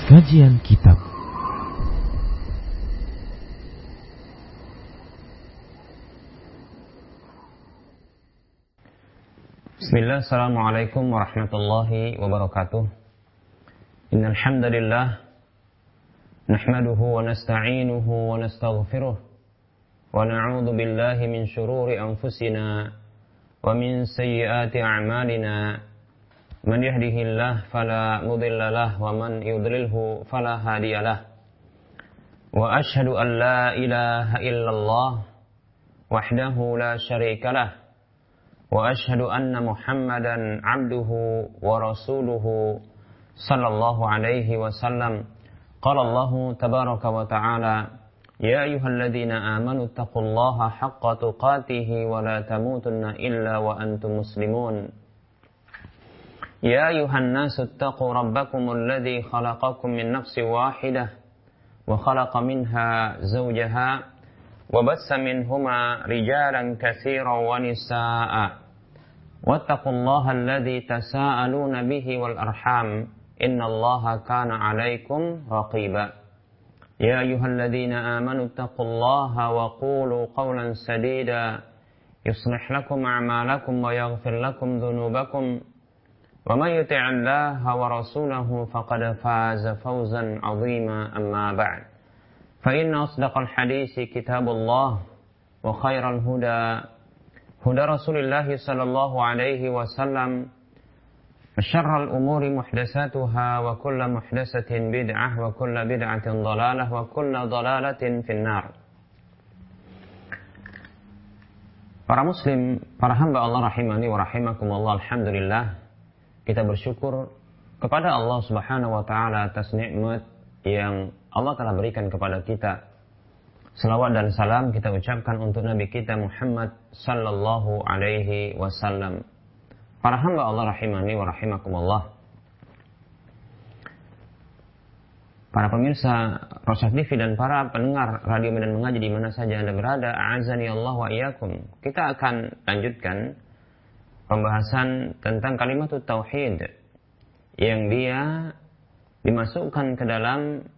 Kajian Kitab. Bismillah, assalamualaikum warahmatullahi wabarakatuh. Innal hamdalillah nahmaduhu wa nasta'inuhu wa nastaghfiruh wa na'udzu billahi min shururi anfusina wa min sayyiati a'malina. Man yahdihillahu fala mudilla lahu wa man yudlilhu fala hadiyalah. Wa asyhadu an la ilaha illallah wahdahu la syarika lah. Wa asyhadu anna Muhammadan abduhu wa rasuluhu sallallahu alaihi wasallam. Qala Allah tabaraka wa ta'ala, ya ayyuhalladzina amanu taqullaha haqqa tuqatih wa la tamutunna illa wa antum muslimun. Ya ayyuhan nasu taqu rabbakumul ladzi khalaqakum min nafsin wahidah wa khalaqa minha zawjaha wa bassa minhuma rijalan katsiran wa nisaa'a wattaqullaha alladzi tasaaluna bihi wal arham innallaha kana 'alaikum raqiba. Ya ayyuhalladzina amanu taqullaha wa qulu qawlan sadida yuslih lakum a'malakum wa yaghfir lakum dhunubakum wa may yuti'illaha wa rasulahu faqad faza fawzan 'azima amma ba'd. Fa inna asdaqal hadisi kitabullah wa khairal huda huda Rasulillah sallallahu alaihi wasallam wa syarral umuri muhdatsatuha wa kullu muhdatsatin bid'ah wa kullu bid'atin dhalalah wa kullu dhalalatin finnar. Para muslim, para hamba Allah rahimani wa rahimakumullah, alhamdulillah kita bersyukur kepada Allah Subhanahu wa taala atas nikmat yang Allah telah berikan kepada kita. Selawat dan salam kita ucapkan untuk Nabi kita Muhammad sallallahu alaihi wasallam. Para hamba Allah rahimani wa rahimakumullah. Para pemirsa Rosyad TV dan para pendengar Radio Medan Mengaji di mana saja Anda berada, a'azani Allah wa iyyakum. Kita akan lanjutkan pembahasan tentang kalimat tauhid yang dia dimasukkan ke dalam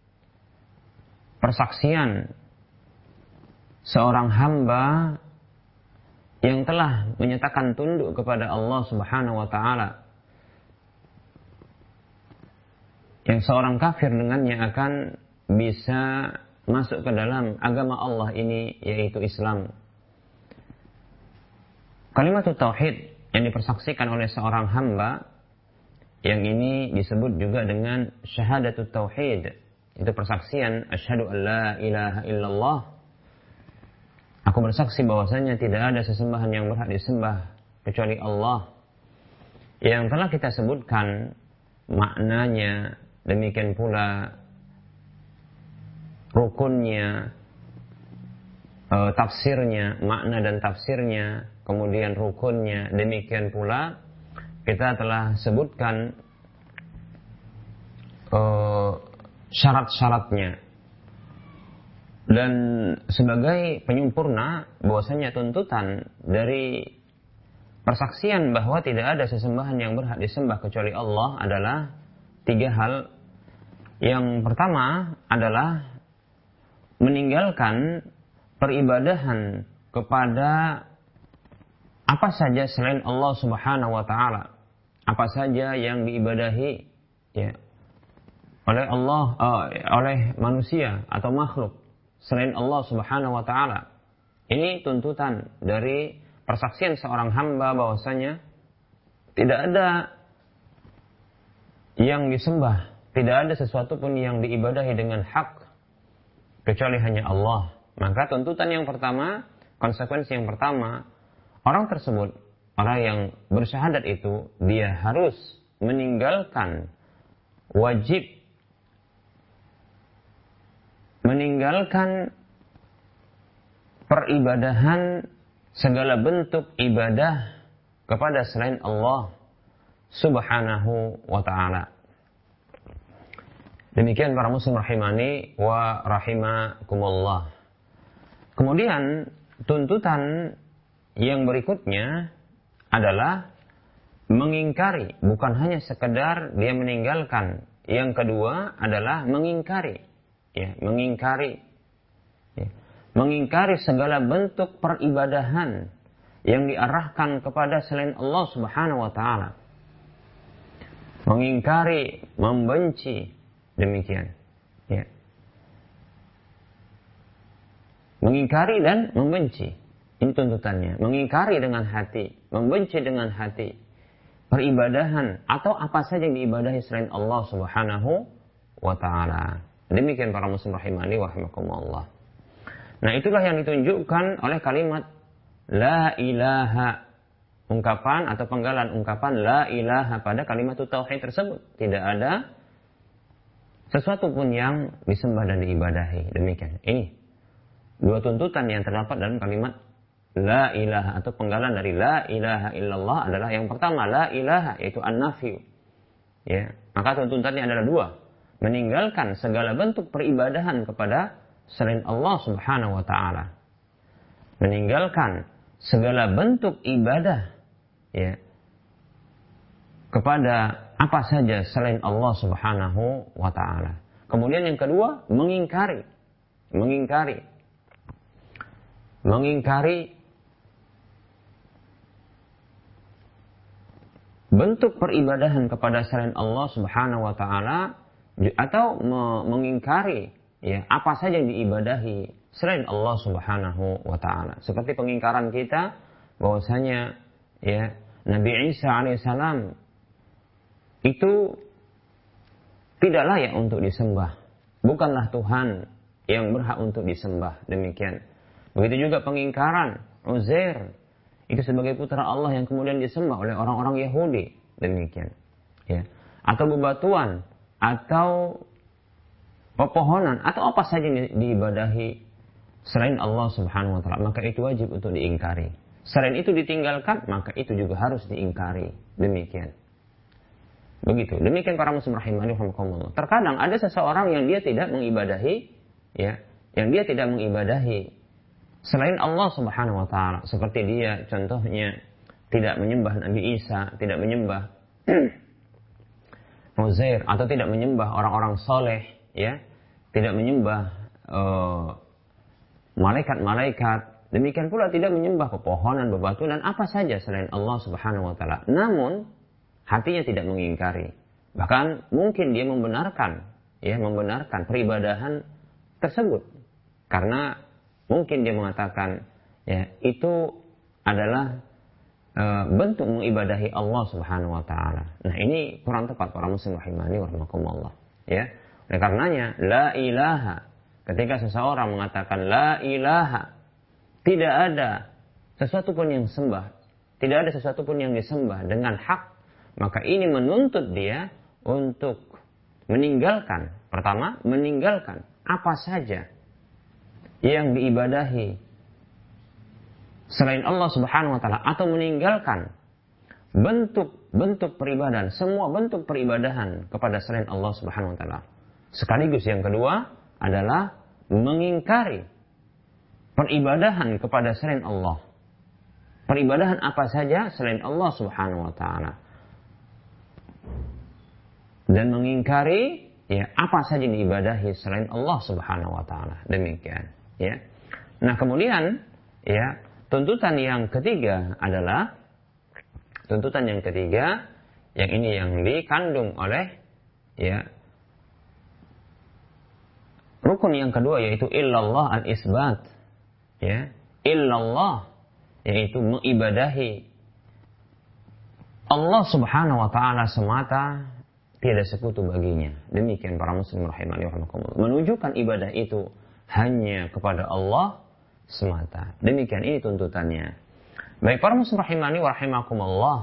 persaksian seorang hamba yang telah menyatakan tunduk kepada Allah Subhanahu wa taala. Yang seorang kafir dengannya akan bisa masuk ke dalam agama Allah ini, yaitu Islam. Kalimat tauhid yang dipersaksikan oleh seorang hamba yang ini disebut juga dengan syahadatut tauhid. Itu persaksian asyhadu an la ilaha illallah. Aku bersaksi bahwasanya tidak ada sesembahan yang berhak disembah kecuali Allah. Yang telah kita sebutkan maknanya, demikian pula rukunnya, tafsirnya, makna dan tafsirnya, kemudian rukunnya, demikian pula kita telah sebutkan syarat-syaratnya. Dan sebagai penyempurna bahwasanya tuntutan dari persaksian bahwa tidak ada sesembahan yang berhak disembah kecuali Allah adalah tiga hal. Yang pertama adalah meninggalkan peribadahan kepada apa saja selain Allah Subhanahu wa taala. Apa saja yang diibadahi ya oleh Allah, oleh manusia atau makhluk selain Allah Subhanahu wa taala. Ini tuntutan dari persaksian seorang hamba bahwasanya tidak ada yang disembah, tidak ada sesuatu pun yang diibadahi dengan hak kecuali hanya Allah. Maka tuntutan yang pertama, konsekuensi yang pertama, orang tersebut, orang yang bersyahadat itu, dia harus meninggalkan wajib, meninggalkan peribadahan, segala bentuk ibadah kepada selain Allah Subhanahu wa ta'ala. Demikian para muslim rahimani wa rahimakumullah. Kemudian tuntutan yang berikutnya adalah mengingkari, bukan hanya sekedar dia meninggalkan yang kedua adalah mengingkari, ya, mengingkari, ya, mengingkari segala bentuk peribadahan yang diarahkan kepada selain Allah Subhanahu wa taala. Mengingkari, membenci, demikian, ya. Mengingkari dan membenci, ini tuntutannya. Mengingkari dengan hati, membenci dengan hati peribadahan atau apa saja yang diibadahi selain Allah Subhanahu wa taala. Demikian para muslim rahimani wa rahimakumullah. Nah, itulah yang ditunjukkan oleh kalimat la ilaha, ungkapan atau penggalan ungkapan la ilaha pada kalimat tauhid tersebut. Tidak ada sesuatu pun yang disembah dan diibadahi. Demikian. Ini dua tuntutan yang terdapat dalam kalimat la ilaha atau penggalan dari la ilaha illallah adalah yang pertama la ilaha, yaitu an-nafyu. Ya, maka tuntutannya adalah dua. Meninggalkan segala bentuk peribadahan kepada selain Allah Subhanahu wa taala. Meninggalkan segala bentuk ibadah, ya, kepada apa saja selain Allah Subhanahu wa taala. Kemudian yang kedua, mengingkari bentuk peribadahan kepada selain Allah Subhanahu wa taala, atau mengingkari, ya, apa saja yang diibadahi selain Allah Subhanahu wa taala. Seperti pengingkaran kita bahwasanya, ya, Nabi Isa alaihissalam itu tidak layak untuk disembah, bukanlah Tuhan yang berhak untuk disembah. Demikian. Begitu juga pengingkaran Uzair itu sebagai putra Allah yang kemudian disembah oleh orang-orang Yahudi. Demikian, ya. Atau bebatuan, atau pepohonan, atau apa saja yang diibadahi selain Allah Subhanahu wa taala, maka itu wajib untuk diingkari. Selain itu ditinggalkan, maka itu juga harus diingkari. Demikian. Begitu. Demikian para muslim rahimani rahimakumullah. Terkadang ada seseorang yang dia tidak mengibadahi, ya, yang dia tidak mengibadahi selain Allah Subhanahu wa taala, seperti dia contohnya tidak menyembah Nabi Isa, tidak menyembah Uzair, atau tidak menyembah orang-orang soleh, ya, tidak menyembah malaikat-malaikat. Demikian pula tidak menyembah pepohonan, bebatuan, dan apa saja selain Allah Subhanahu wa taala. Namun hatinya tidak mengingkari. Bahkan mungkin dia membenarkan peribadahan tersebut. Karena mungkin dia mengatakan, ya, itu adalah bentuk mengibadahi Allah Subhanahu wa taala. Nah, ini kurang tepat para muslim rahimani wa rahimakumullah, ya. Oleh karenanya la ilaha, ketika seseorang mengatakan la ilaha, tidak ada sesuatu pun yang sembah, tidak ada sesuatu pun yang disembah dengan hak, maka ini menuntut dia untuk meninggalkan, pertama, meninggalkan apa saja yang diibadahi selain Allah Subhanahu wa taala, atau meninggalkan bentuk peribadahan, semua bentuk peribadahan kepada selain Allah Subhanahu wa taala. Sekaligus yang kedua adalah mengingkari peribadahan kepada selain Allah. Peribadahan apa saja selain Allah Subhanahu wa taala. Dan mengingkari, ya, apa saja yang diibadahi selain Allah Subhanahu wa taala. Demikian, ya. Nah, kemudian, ya, tuntutan yang ketiga adalah yang ini yang dikandung oleh, ya, rukun yang kedua, yaitu illallah al-isbat, ya, illallah, yaitu mengibadahi Allah Subhanahu wa taala semata, tiada sekutu baginya. Demikian para muslim rahimani wa rahimakumullah. Menunjukkan ibadah itu hanya kepada Allah semata. Demikian ini tuntutannya. Baik para muslim rahimani wa rahimakumullah.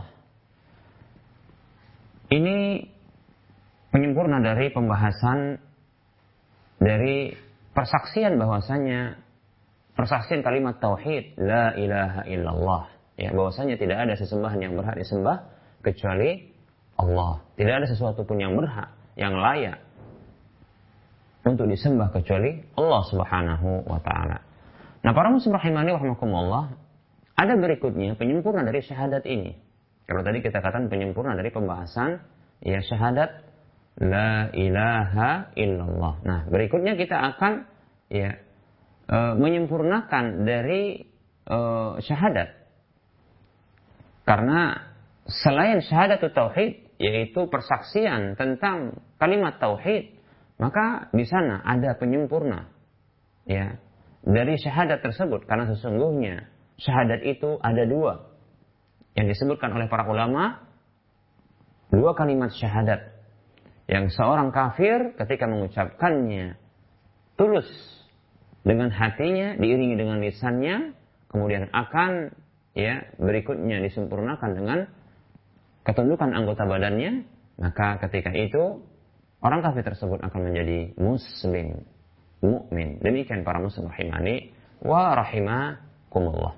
Ini penyempurna dari pembahasan dari persaksian bahwasanya persaksian kalimat tauhid la ilaha illallah, ya, bahwasanya tidak ada sesembahan yang berhak disembah kecuali Allah. Tidak ada sesuatu pun yang berhak, yang layak untuk disembah kecuali Allah Subhanahu wa taala. Nah, para muslim rahimani wa rahimakumullah, ada berikutnya penyempurna dari syahadat ini. Kalau tadi kita katakan penyempurna dari pembahasan, ya, syahadat la ilaha illallah. Nah, berikutnya kita akan menyempurnakan dari syahadat. Karena selain syahadatut tauhid, yaitu persaksian tentang kalimat tauhid, maka di sana ada penyempurna dari syahadat tersebut. Karena sesungguhnya syahadat itu ada dua yang disebutkan oleh para ulama, dua kalimat syahadat yang seorang kafir ketika mengucapkannya tulus dengan hatinya, diiringi dengan lisannya, kemudian akan berikutnya disempurnakan dengan ketundukan anggota badannya, maka ketika itu orang kafir tersebut akan menjadi muslim, mukmin. Demikian para muslim rahimani wa rahimakumullah.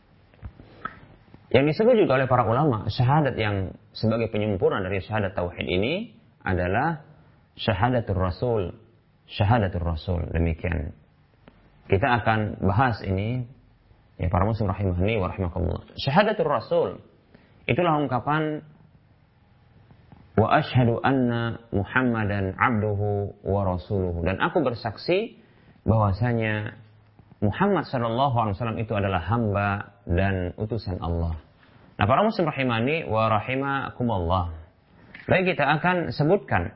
Yang disebut juga oleh para ulama, syahadat yang sebagai penyempurna dari syahadat tauhid ini adalah syahadatul rasul. Syahadatul rasul. Demikian. Kita akan bahas ini, para muslim rahimani wa rahimakumullah. Syahadatul rasul, itulah ungkapan wa asyhadu anna Muhammadan abduhu wa rasuluhu. Dan aku bersaksi bahwasanya Muhammad sallallahu alaihi wasallam itu adalah hamba dan utusan Allah. Nah, para muslim rahimani wa rahimakumullah. Baik, kita akan sebutkan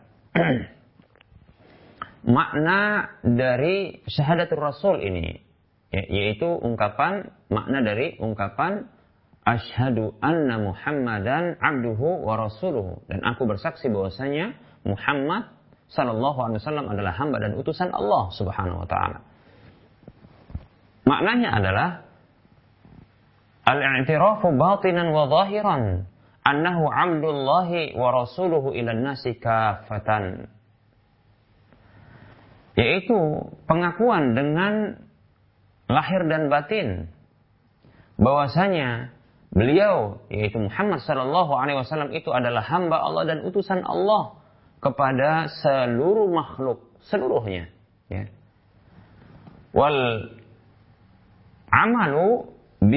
makna dari syahadatul rasul ini, yaitu makna dari ungkapan asyhadu anna Muhammadan abduhu wa rasuluhu. Dan aku bersaksi bahwasanya Muhammad sallallahu alaihi wasallam adalah hamba dan utusan Allah Subhanahu wa taala. Maknanya adalah al-i'tirafu batinan wa zahiran annahu 'abdullahi wa rasuluhu ilan nasi kafatan. Yaitu pengakuan dengan lahir dan batin bahwasanya beliau, yaitu Muhammad sallallahu alaihi wasallam itu adalah hamba Allah dan utusan Allah kepada seluruh makhluk, seluruhnya, Wal amalu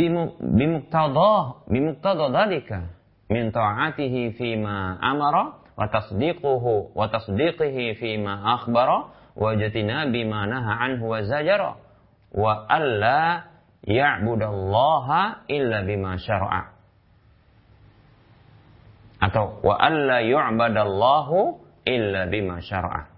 bimuqtada dzalika min ta'atihi fima amara wa tasdiqihi fima akhbara wa jatinabi ma naha anhu wa zajara wa alla ya'budallaha illa bima syara'a, atau wa alla yu'badallahu illa bima syara'a.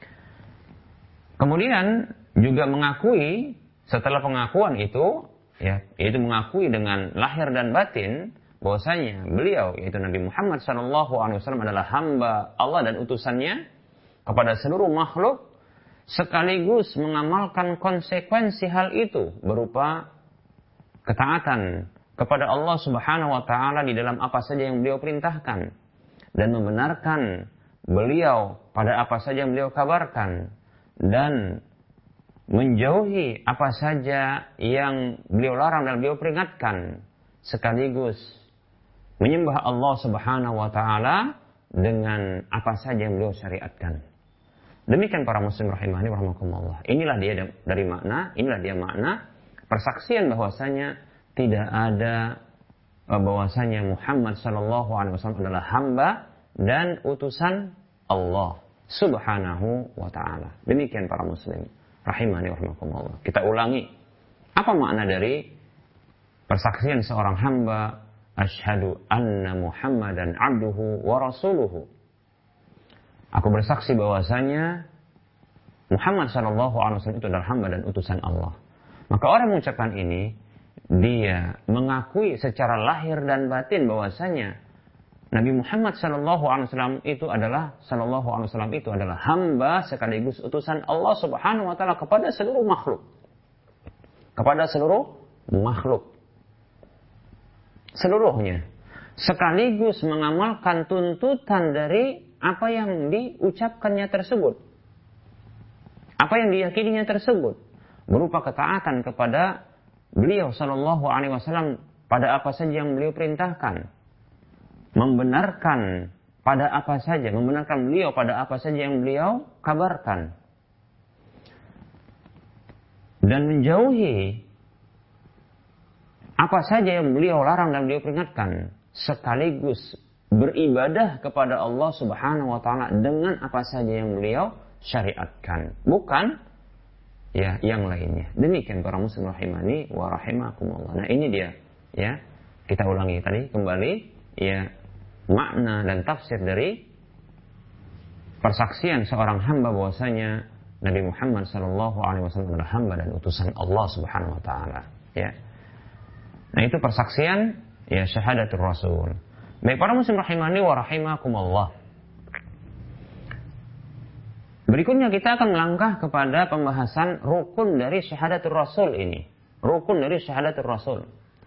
Kemudian juga mengakui, setelah pengakuan itu, yaitu mengakui dengan lahir dan batin bahwasanya beliau, yaitu Nabi Muhammad SAW adalah hamba Allah dan utusannya kepada seluruh makhluk, sekaligus mengamalkan konsekuensi hal itu berupa ketaatan kepada Allah Subhanahu wa taala di dalam apa saja yang beliau perintahkan dan membenarkan beliau pada apa saja yang beliau kabarkan dan menjauhi apa saja yang beliau larang dan beliau peringatkan, sekaligus menyembah Allah Subhanahu wa taala dengan apa saja yang beliau syariatkan. Demikian para muslim rahimani wa rahimakumullah. Inilah dia makna persaksian bahwasanya tidak ada bahwasanya Muhammad sallallahu alaihi wasallam adalah hamba dan utusan Allah Subhanahu wa taala. Demikian para muslim rahimani wa rahimakumullah. Kita ulangi. Apa makna dari persaksian seorang hamba, asyhadu anna Muhammadan abduhu wa rasuluhu? Aku bersaksi bahwasanya Muhammad sallallahu alaihi wasallam itu adalah hamba dan utusan Allah. Maka orang mengucapkan ini, dia mengakui secara lahir dan batin bahwasanya Nabi Muhammad sallallahu alaihi wasallam itu adalah hamba sekaligus utusan Allah Subhanahu wa taala kepada seluruh makhluk. Kepada seluruh makhluk. Seluruhnya. Sekaligus mengamalkan tuntutan dari apa yang diucapkannya tersebut. Apa yang diyakininya tersebut. Berupa ketaatan kepada beliau sallallahu alaihi wasallam pada apa saja yang beliau perintahkan. Membenarkan beliau pada apa saja yang beliau kabarkan. Dan menjauhi apa saja yang beliau larang dan beliau peringatkan. Sekaligus beribadah kepada Allah Subhanahu wa taala dengan apa saja yang beliau syariatkan, bukan ya yang lainnya. Demikian para muslim rahimani wa rahimakumullah. Nah, ini dia ya. Kita ulangi tadi kembali ya, makna dan tafsir dari persaksian seorang hamba bahwasanya Nabi Muhammad sallallahu alaihi wasallam adalah hamba dan utusan Allah Subhanahu wa taala, ya. Nah, itu persaksian ya syahadatul rasul. Baik para muslim rahimani wa rahimakumullah. Berikutnya kita akan melangkah kepada pembahasan rukun dari syahadatul rasul ini. Rukun dari syahadatul rasul.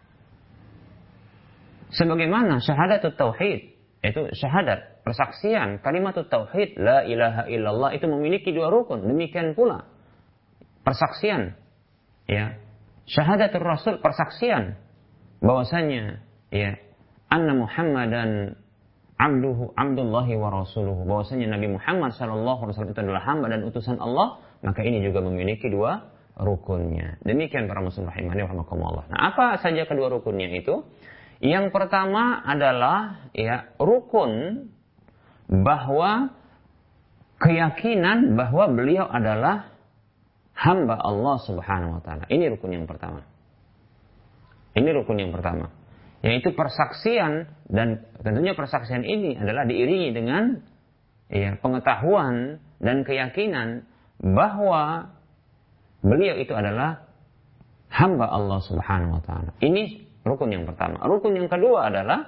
Sebagaimana syahadatul tauhid, yaitu syahadat, persaksian, kalimatut tauhid, la ilaha illallah itu memiliki dua rukun. Demikian pula persaksian, ya, syahadatul rasul, persaksian bahwasanya ya anna Muhammadan Abdullahi wa rasuluhu, bahwasanya Nabi Muhammad sallallahu alaihi wasallam itu adalah hamba dan utusan Allah, maka ini juga memiliki dua rukunnya. Demikian para muslim rahimani wa rahimakumullah. Nah, apa saja kedua rukunnya itu? Yang pertama adalah ya rukun bahwa keyakinan bahwa beliau adalah hamba Allah Subhanahu wa taala. Ini rukun yang pertama. Ini rukun yang pertama, yaitu persaksian, dan tentunya persaksian ini adalah diiringi dengan ya pengetahuan dan keyakinan bahwa beliau itu adalah hamba Allah Subhanahu wa taala. Ini rukun yang pertama. Rukun yang kedua adalah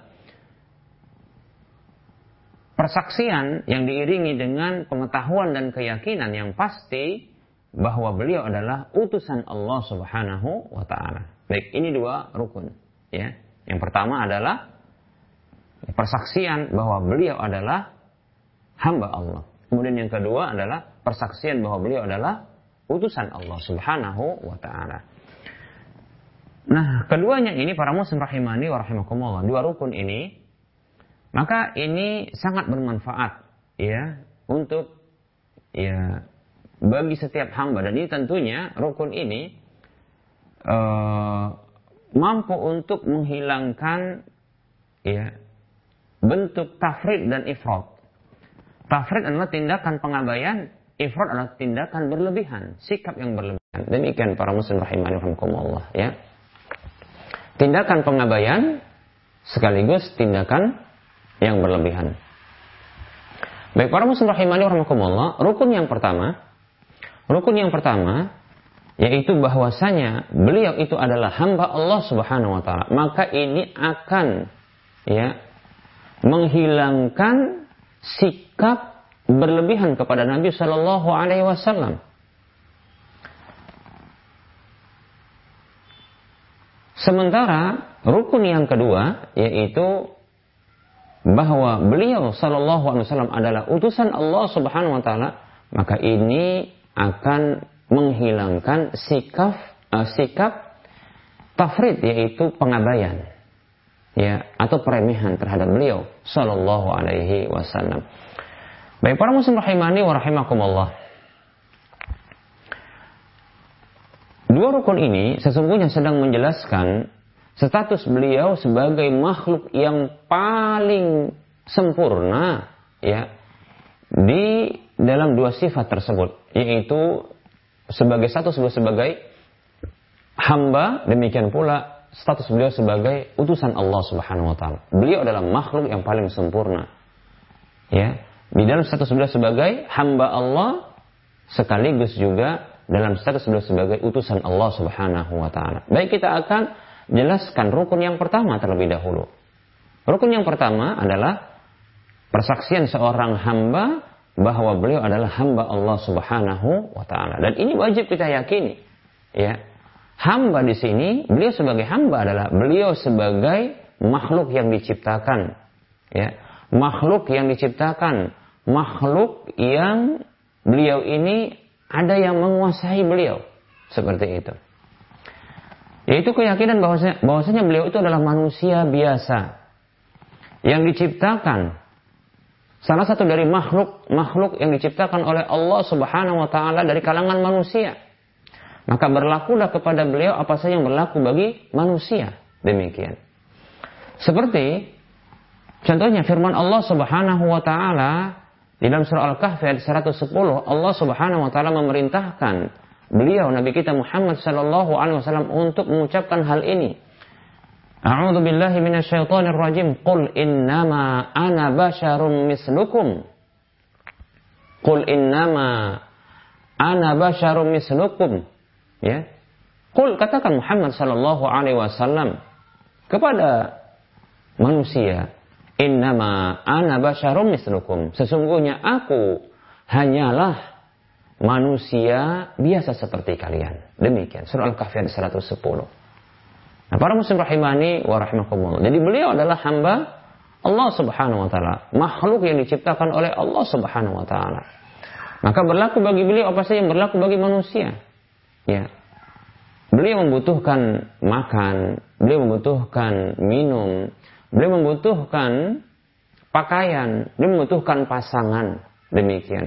persaksian yang diiringi dengan pengetahuan dan keyakinan yang pasti bahwa beliau adalah utusan Allah Subhanahu wa taala. Baik, ini dua rukun, ya. Yang pertama adalah persaksian bahwa beliau adalah hamba Allah. Kemudian yang kedua adalah persaksian bahwa beliau adalah utusan Allah Subhanahu wa taala. Nah, keduanya ini para muslim rahimani wa rahimakumullah, dua rukun ini, maka ini sangat bermanfaat ya untuk ya bagi setiap hamba, dan ini tentunya rukun ini mampu untuk menghilangkan ya bentuk tafrid dan ifrat. Tafrid adalah tindakan pengabaian, ifrat adalah tindakan berlebihan, sikap yang berlebihan. Demikian para muslim rahimani wa rahimakumullah, ya. Tindakan pengabaian sekaligus tindakan yang berlebihan. Baik para muslim rahimani wa rahimakumullah, rukun yang pertama yaitu bahwasanya beliau itu adalah hamba Allah Subhanahu wa taala. Maka ini akan ya menghilangkan sikap berlebihan kepada Nabi sallallahu alaihi wasallam. Sementara rukun yang kedua yaitu bahwa beliau sallallahu alaihi wasallam adalah utusan Allah Subhanahu wa taala, maka ini akan menghilangkan sikap tafrid, yaitu pengabaian ya atau peremehan terhadap beliau sallallahu alaihi wasallam. Baik para muslim rahimani wa rahimakumullah. Dua rukun ini sesungguhnya sedang menjelaskan status beliau sebagai makhluk yang paling sempurna ya di dalam dua sifat tersebut, yaitu sebagai status beliau sebagai hamba, demikian pula status beliau sebagai utusan Allah Subhanahu wa taala. Beliau adalah makhluk yang paling sempurna. Ya, di dalam status beliau sebagai hamba Allah sekaligus juga dalam status beliau sebagai utusan Allah Subhanahu wa taala. Baik, kita akan jelaskan rukun yang pertama terlebih dahulu. Rukun yang pertama adalah persaksian seorang hamba bahwa beliau adalah hamba Allah Subhanahu wa taala. Dan ini wajib kita yakini. Ya. Hamba di sini, beliau sebagai hamba adalah beliau sebagai makhluk yang diciptakan. Ya. Makhluk yang diciptakan, makhluk yang beliau ini ada yang menguasai beliau. Seperti itu. Yaitu keyakinan bahwasanya beliau itu adalah manusia biasa yang diciptakan, salah satu dari makhluk yang diciptakan oleh Allah Subhanahu wa taala dari kalangan manusia. Maka berlakulah kepada beliau apa saja yang berlaku bagi manusia. Demikian. Seperti Contohnya firman Allah Subhanahu wa taala di dalam surah Al-Kahfi ayat 110, Allah Subhanahu wa taala memerintahkan beliau Nabi kita Muhammad sallallahu alaihi wasallam untuk mengucapkan hal ini. A'udzu billahi minasyaitonir rajim. Qul innama ana basyarum mislukum. Qul innama ana basyarum mislukum. Ya. Qul, katakan Muhammad sallallahu alaihi wasallam kepada manusia, innama ana basyarum mislukum. Sesungguhnya aku hanyalah manusia biasa seperti kalian. Demikian surah Al-Kahfi ayat 110. Nah, para muslim rahimani wa rahimakumullah. Jadi beliau adalah hamba Allah Subhanahu wa taala, makhluk yang diciptakan oleh Allah Subhanahu wa taala. Maka berlaku bagi beliau apa saja yang berlaku bagi manusia. Ya. Beliau membutuhkan makan, beliau membutuhkan minum, beliau membutuhkan pakaian, beliau membutuhkan pasangan, demikian.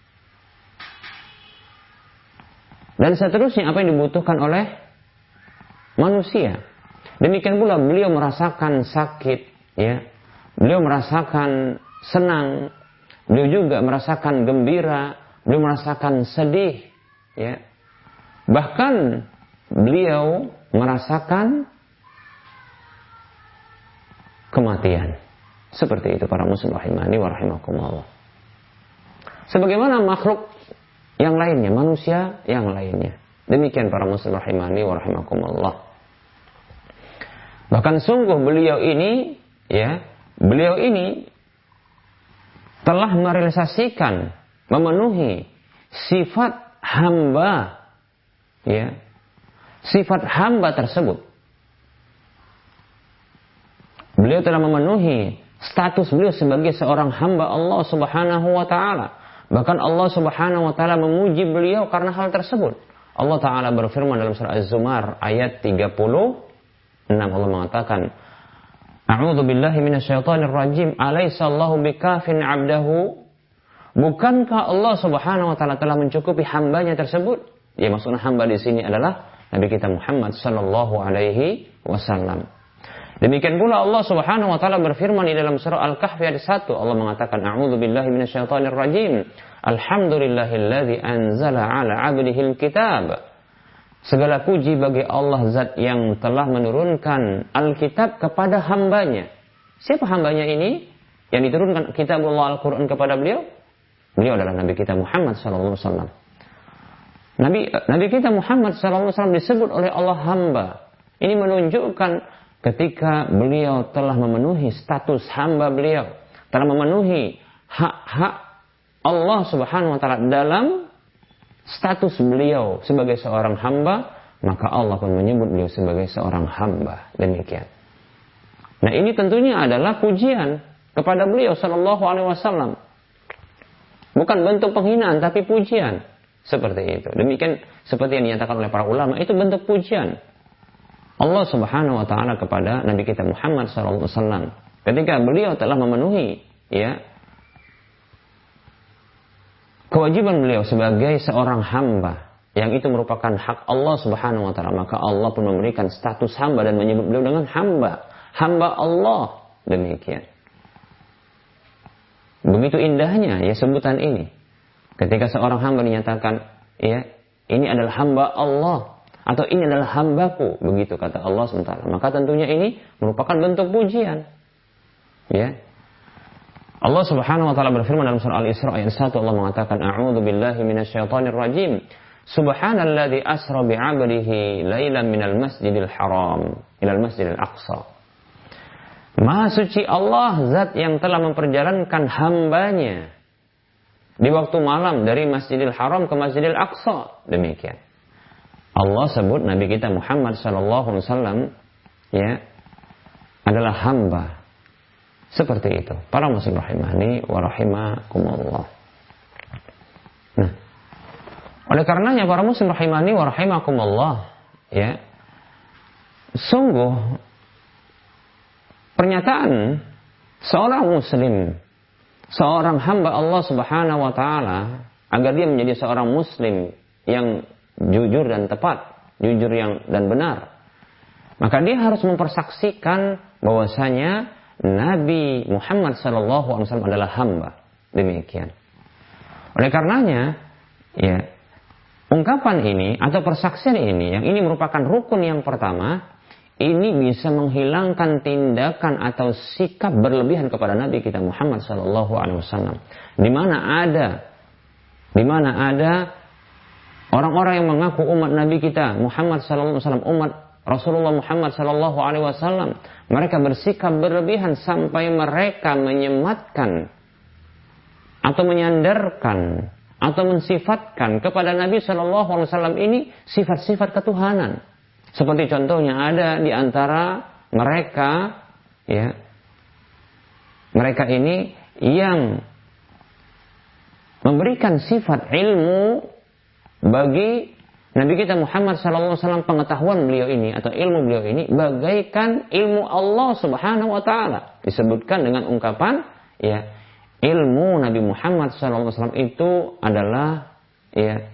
Dan seterusnya apa yang dibutuhkan oleh manusia. Demikian pula beliau merasakan sakit, ya. Beliau merasakan senang, beliau juga merasakan gembira, beliau merasakan sedih, ya. Bahkan beliau merasakan kematian. Seperti itu para muslim rahimani wa rahimakumullah. Sebagaimana makhluk yang lainnya, manusia yang lainnya. Demikian para muslim rahimani wa rahimakumullah. Bahkan sungguh beliau ini, ya, beliau ini telah merealisasikan, memenuhi sifat hamba, ya, sifat hamba tersebut. Beliau telah memenuhi status beliau sebagai seorang hamba Allah Subhanahu wa taala. Bahkan Allah Subhanahu wa taala memuji beliau karena hal tersebut. Allah taala berfirman dalam surah Az-Zumar ayat 36, Allah mengatakan, A'udzu billahi minasyaitonir rajim. Alaisallahu bikafin 'abdahu? Bukankah Allah Subhanahu wa taala telah mencukupi hambanya tersebut? Ya, maksudnya hamba di sini adalah Nabi kita Muhammad sallallahu alaihi wasallam. Demikian pula Allah Subhanahu wa taala berfirman di dalam surah Al-Kahfi ayat 1, Allah mengatakan, A'udzu billahi minasyaitonir rajim. Alhamdulillahilladzi anzala 'ala 'abdihil kitab. Segala puji bagi Allah zat yang telah menurunkan Alkitab kepada hambanya. Siapa hambanya ini? Yang diturunkan kitabullah Al-Quran kepada beliau? Beliau adalah Nabi kita Muhammad sallallahu alaihi wasallam. Nabi kita Muhammad sallallahu alaihi wasallam disebut oleh Allah hamba. Ini menunjukkan ketika beliau telah memenuhi status hamba beliau, telah memenuhi hak-hak Allah Subhanahu wa taala dalam status beliau sebagai seorang hamba, maka Allah pun menyebut beliau sebagai seorang hamba. Demikian. Nah, ini tentunya adalah pujian kepada beliau sallallahu alaihi wasallam. Bukan bentuk penghinaan tapi pujian. Seperti itu. Demikian seperti yang dinyatakan oleh para ulama, itu bentuk pujian Allah Subhanahu wa taala kepada Nabi kita Muhammad sallallahu alaihi wasallam. Ketika beliau telah memenuhi, ya, kewajiban beliau sebagai seorang hamba, yang itu merupakan hak Allah Subhanahu wa taala, maka Allah pun memberikan status hamba dan menyebut beliau dengan hamba Allah. Demikian. Begitu indahnya ya sebutan ini. Ketika seorang hamba dinyatakan, ya, ini adalah hamba Allah atau ini adalah hambaku, begitu kata Allah SWT. Maka tentunya ini merupakan bentuk pujian. Ya. Allah Subhanahu wa taala berfirman dalam surah Al-Isra ayat 1, Allah mengatakan, A'udzu billahi minasyaitonir rajim. Subhanalladzi asra bi'abdihi lailan minal masjidil haram ilal masjidil aqsa. Maha suci Allah, zat yang telah memperjalankan hambanya di waktu malam dari Masjidil Haram ke Masjidil Aqsa. Demikian. Allah sebut Nabi kita Muhammad sallallahu alaihi wasallam, ya, adalah hamba. Seperti itu. Para muslim rahimani wa rahimakumullah. Nah, oleh karenanya para muslim rahimani wa rahimakumullah, ya, sungguh pernyataan seorang muslim, seorang hamba Allah Subhanahu wa taala, agar dia menjadi seorang muslim yang jujur dan tepat, jujur yang dan benar, maka dia harus mempersaksikan bahwasanya Nabi Muhammad SAW adalah hamba. Demikian. Oleh karenanya, ya, ungkapan ini atau persaksian ini, yang ini merupakan rukun yang pertama, ini bisa menghilangkan tindakan atau sikap berlebihan kepada Nabi kita Muhammad SAW. Di mana ada orang-orang yang mengaku umat Nabi kita Muhammad SAW, umat Rasulullah Muhammad SAW, mereka bersikap berlebihan sampai mereka menyematkan atau menyandarkan atau mensifatkan kepada Nabi SAW ini sifat-sifat ketuhanan. Seperti contohnya ada di antara mereka, ya, mereka ini yang memberikan sifat ilmu bagi Nabi kita Muhammad SAW, pengetahuan beliau ini atau ilmu beliau ini bagaikan ilmu Allah Subhanahu wa taala. Disebutkan dengan ungkapan, ya, ilmu Nabi Muhammad SAW itu adalah, ya,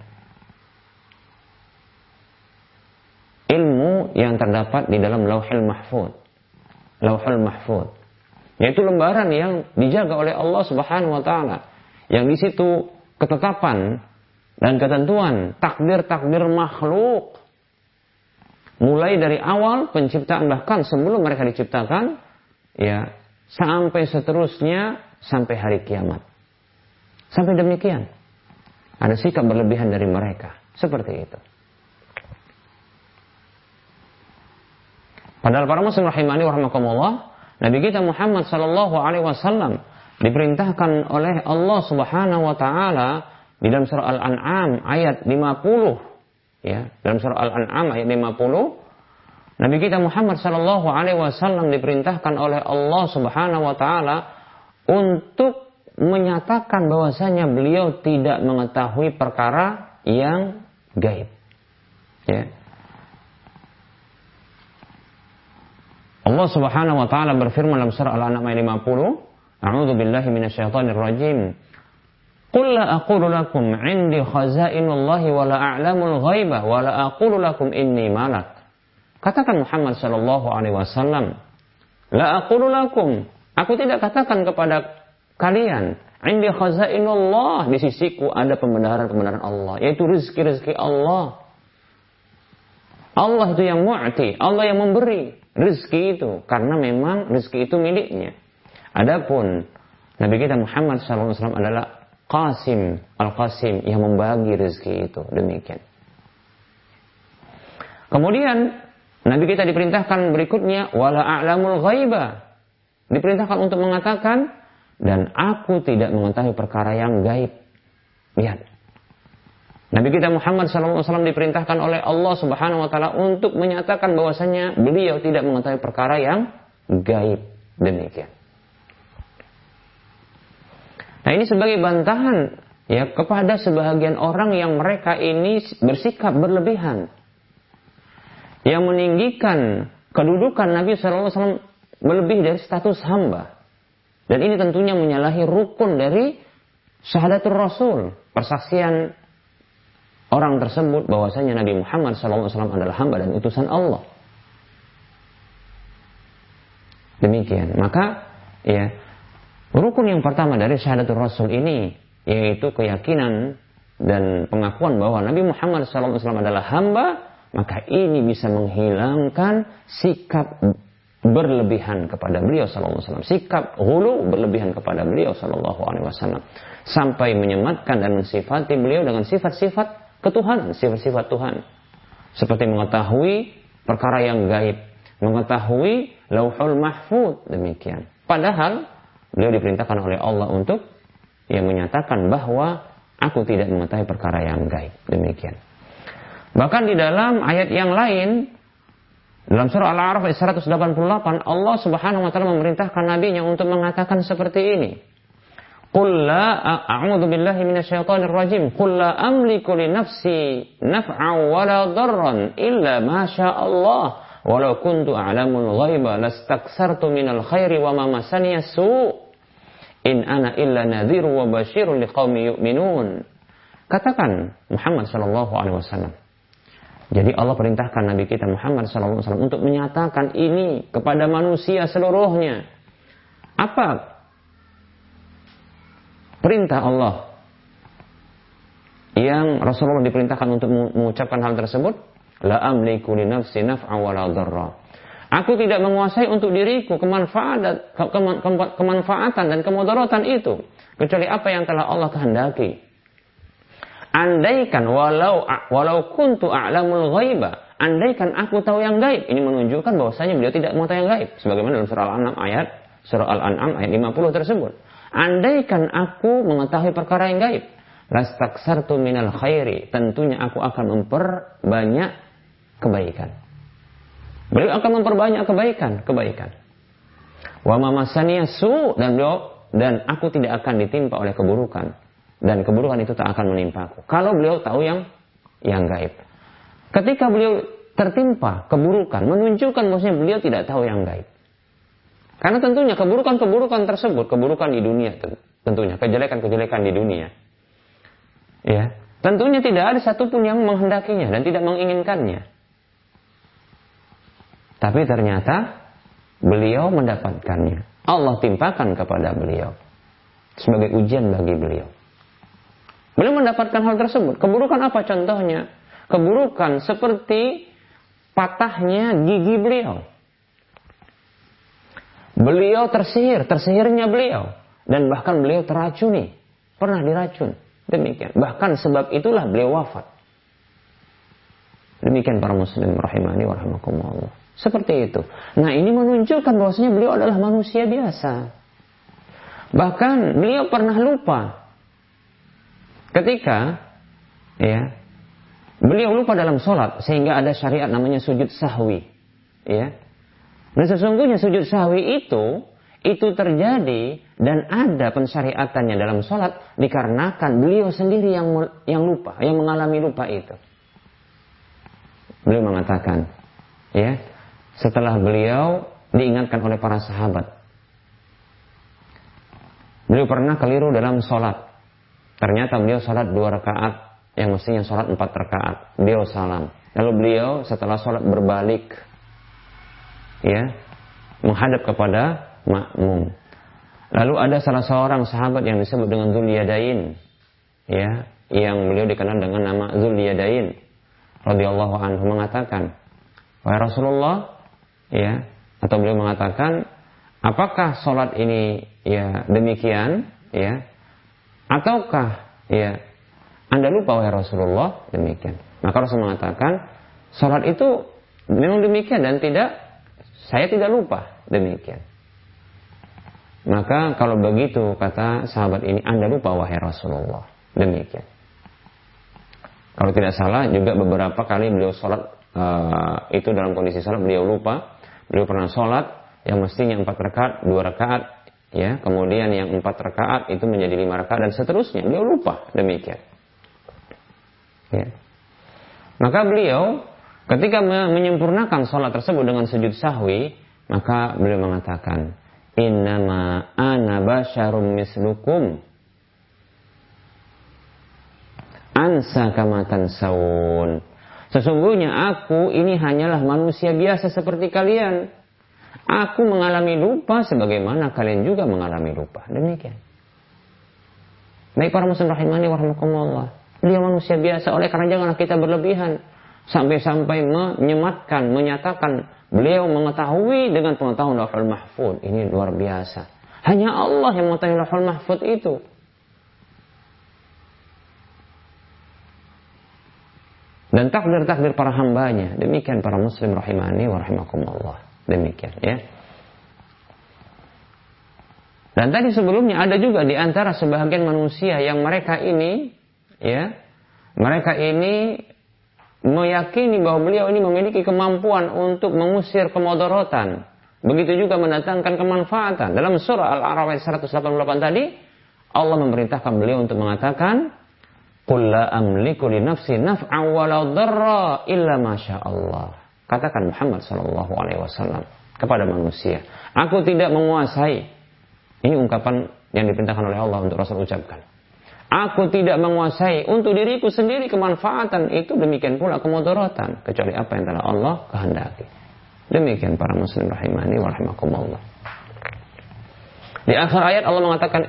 ilmu yang terdapat di dalam Lauhul Mahfuz, yaitu lembaran yang dijaga oleh Allah Subhanahu wa taala, yang di situ ketetapan dan ketentuan takdir-takdir makhluk mulai dari awal penciptaan, bahkan sebelum mereka diciptakan, ya, sampai seterusnya sampai hari kiamat. Sampai demikian ada sikap berlebihan dari mereka seperti itu. Padahal para muslim rahimani wa rahmakumullah, Nabi kita Muhammad sallallahu alaihi wasallam diperintahkan oleh Allah Subhanahu wa taala di dalam surah Al-An'am ayat 50, ya, dalam surah Al-An'am ayat 50, Nabi kita Muhammad sallallahu alaihi wasallam diperintahkan oleh Allah Subhanahu wa taala untuk menyatakan bahwasanya beliau tidak mengetahui perkara yang gaib. Ya. Allah Subhanahu wa taala berfirman dalam surah Al-An'am ayat 50, A'udzu billahi minasyaitonir rajim. Qul la aqulu lakum 'indi khaza'inullahi wa la a'lamul ghaiba wa la aqulu lakum inni malak. Katakan Muhammad sallallahu alaihi wasallam, la aqulu lakum, aku tidak katakan kepada kalian, 'indi khaza'inullah, di sisiku ada pembenaran-pembenaran Allah, yaitu rezeki-rezeki Allah. Allah itu yang mu'ti, Allah yang memberi rezeki itu, karena memang rezeki itu miliknya. Adapun Nabi kita Muhammad SAW adalah Qasim, Al-Qasim, yang membagi rezeki itu. Demikian. Kemudian Nabi kita diperintahkan berikutnya, wala a'lamul ghaiba, diperintahkan untuk mengatakan, dan aku tidak mengetahui perkara yang gaib. Lihat, Nabi kita Muhammad SAW diperintahkan oleh Allah Subhanahu wa taala untuk menyatakan bahwasanya beliau tidak mengetahui perkara yang gaib. Demikian. Nah, ini sebagai bantahan, ya, kepada sebahagian orang yang mereka ini bersikap berlebihan, yang meninggikan kedudukan Nabi SAW melebihi dari status hamba. Dan ini tentunya menyalahi rukun dari syahadatul Rasul, persaksian orang tersebut bahwasanya Nabi Muhammad SAW adalah hamba dan utusan Allah. Demikian. Maka, ya, rukun yang pertama dari syahadatul Rasul ini, yaitu keyakinan dan pengakuan bahwa Nabi Muhammad SAW adalah hamba, maka ini bisa menghilangkan sikap berlebihan kepada beliau SAW, sikap ghulu berlebihan kepada beliau SAW, sampai menyematkan dan mensifati beliau dengan sifat-sifat ketuhanan, sifat-sifat Tuhan, seperti mengetahui perkara yang gaib, mengetahui Lauhul Mahfuz. Demikian. Padahal beliau diperintahkan oleh Allah untuk, ya, menyatakan bahwa aku tidak mengetahui perkara yang gaib. Demikian. Bahkan di dalam ayat yang lain, dalam surah Al-A'raf ayat 188, Allah Subhanahu wa taala memerintahkan nabinya untuk mengatakan seperti ini. Qul la a'udzu billahi minasyaitonir rajim. Qul la amliku li nafsi naf'an wa la darran illa ma syaa Allah. Walau kuntu a'lamul ghaiba lastaksartu minal khairi wa ma masani as-su'. In ana illa nadhiru wa basyirun liqaumin yu'minun. Katakan Muhammad sallallahu alaihi wasallam. Jadi Allah perintahkan Nabi kita Muhammad sallallahu alaihi wasallam untuk menyatakan ini kepada manusia seluruhnya. Apa perintah Allah yang Rasulullah diperintahkan untuk mengucapkan hal tersebut? La amliku li nafsi naf'a wa la dharra. Aku tidak menguasai untuk diriku kemanfaatan dan kemudaratan itu kecuali apa yang telah Allah kehendaki. Andaikan walau kuntu a'lamul ghaiba, andaikan aku tahu yang gaib. Ini menunjukkan bahwasanya beliau tidak mau tahu yang gaib, sebagaimana dalam surah Al-An'am ayat 50 tersebut. Andaikan aku mengetahui perkara yang gaib, lastaksartu minal khairi, tentunya aku akan memperbanyak kebaikan. Beliau akan memperbanyak kebaikan. Wa ma masaniya su, dan aku tidak akan ditimpa oleh keburukan, dan keburukan itu tak akan menimpaku. Kalau beliau tahu yang gaib. Ketika beliau tertimpa keburukan, menunjukkan bahwasanya beliau tidak tahu yang gaib. Karena tentunya keburukan tersebut, keburukan di dunia tentunya, kejelekan di dunia. Ya, tentunya tidak ada satupun yang menghendakinya dan tidak menginginkannya. Tapi ternyata beliau mendapatkannya. Allah timpakan kepada beliau sebagai ujian bagi beliau. Beliau mendapatkan hal tersebut. Keburukan apa contohnya? Keburukan seperti patahnya gigi beliau. Beliau tersihirnya beliau. Dan bahkan beliau teracuni. Pernah diracun. Demikian. Bahkan sebab itulah beliau wafat. Demikian para muslim rahimani wa rahimakumullah. Seperti itu. Nah, ini menunjukkan bahwasanya beliau adalah manusia biasa. Bahkan beliau pernah lupa ketika beliau lupa dalam sholat sehingga ada syariat namanya sujud sahwi. Ya. Nah, sesungguhnya sujud sahwi itu terjadi dan ada pensyariatannya dalam sholat dikarenakan beliau sendiri yang lupa, yang mengalami lupa itu. Beliau mengatakan, setelah beliau diingatkan oleh para sahabat, beliau pernah keliru dalam sholat. Ternyata beliau sholat 2 rakaat yang mestinya sholat 4 rakaat. Beliau salam. Lalu beliau setelah sholat berbalik, menghadap kepada makmum. Lalu ada salah seorang sahabat yang disebut dengan Dzul-Yadain, yang beliau dikenal dengan nama Dzul-Yadain radhiyallahu anhu, mengatakan, wahai Rasulullah, atau beliau mengatakan, apakah sholat ini demikian, ataukah Anda lupa wahai Rasulullah? Demikian. Maka Rasul mengatakan, sholat itu memang demikian dan saya tidak lupa. Demikian. Maka kalau begitu, kata sahabat ini, Anda lupa wahai Rasulullah. Demikian. Kalau tidak salah juga beberapa kali beliau sholat itu dalam kondisi sholat beliau lupa. Beliau pernah sholat yang mestinya 4 rakaat, 2 rakaat, kemudian yang 4 rakaat itu menjadi 5 rakaat dan seterusnya. Beliau lupa. Demikian. Maka beliau ketika menyempurnakan sholat tersebut dengan sujud sahwi, maka beliau mengatakan, innama ana basyarum mislukum ansa kama tansawun. Sesungguhnya aku ini hanyalah manusia biasa seperti kalian. Aku mengalami lupa sebagaimana kalian juga mengalami lupa. Demikian. Baik para muslim rahimani wa rahimakumullah. Dia manusia biasa, oleh karena janganlah kita berlebihan sampai menyatakan beliau mengetahui dengan pengetahuan Lauhul Mahfuz. Ini luar biasa. Hanya Allah yang mengetahui Lauhul Mahfuz itu. Dan takdir-takdir para hambanya. Demikian para muslim rahimani wa rahimakumullah. Demikian Dan tadi sebelumnya ada juga di antara sebahagian manusia yang mereka ini meyakini bahwa beliau ini memiliki kemampuan untuk mengusir kemudaratan. Begitu juga mendatangkan kemanfaatan. Dalam surah Al-A'raf ayat 188 tadi, Allah memerintahkan beliau untuk mengatakan, qul la amliku li nafsi naf'an wa la dharra illa ma syaa Allah. Katakan Muhammad sallallahu alaihi wasallam kepada manusia, aku tidak menguasai. Ini ungkapan yang diperintahkan oleh Allah untuk Rasul ucapkan. Aku tidak menguasai untuk diriku sendiri kemanfaatan itu, demikian pula kemudaratan, kecuali apa yang telah Allah kehendaki. Demikian para muslim rahimani wa rahimakumullah. Di akhir ayat Allah mengatakan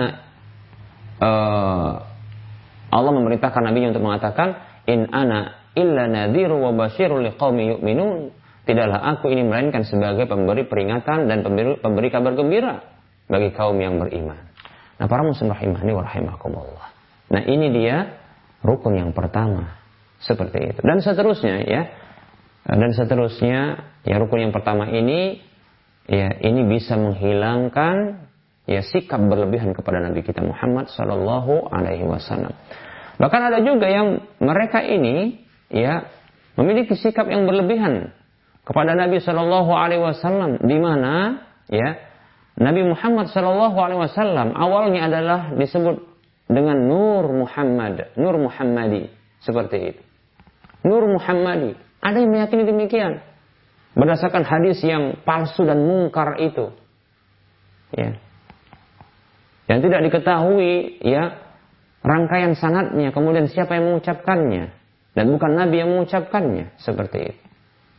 Allah memerintahkan nabinya untuk mengatakan in ana illa nadhiru wa basyirul liqaumi yu'minun. Tidaklah aku ini melainkan sebagai pemberi peringatan dan pemberi kabar gembira bagi kaum yang beriman. Nah, para muslim rahimahni wa rahimakumullah. Nah, ini dia rukun yang pertama. Seperti itu. Dan seterusnya ya. Dan seterusnya ya, rukun yang pertama ini ya, ini bisa menghilangkan ya sikap berlebihan kepada Nabi kita Muhammad sallallahu alaihi wasallam. Bahkan ada juga yang mereka ini ya memiliki sikap yang berlebihan kepada Nabi sallallahu alaihi wasallam, di mana ya Nabi Muhammad sallallahu alaihi wasallam awalnya adalah disebut dengan Nur Muhammad, Nur Muhammadi, seperti itu. Nur Muhammadi. Ada yang meyakini demikian berdasarkan hadis yang palsu dan mungkar itu. Ya. Yang tidak diketahui ya rangkaian sanadnya, kemudian siapa yang mengucapkannya, dan bukan Nabi yang mengucapkannya, seperti itu.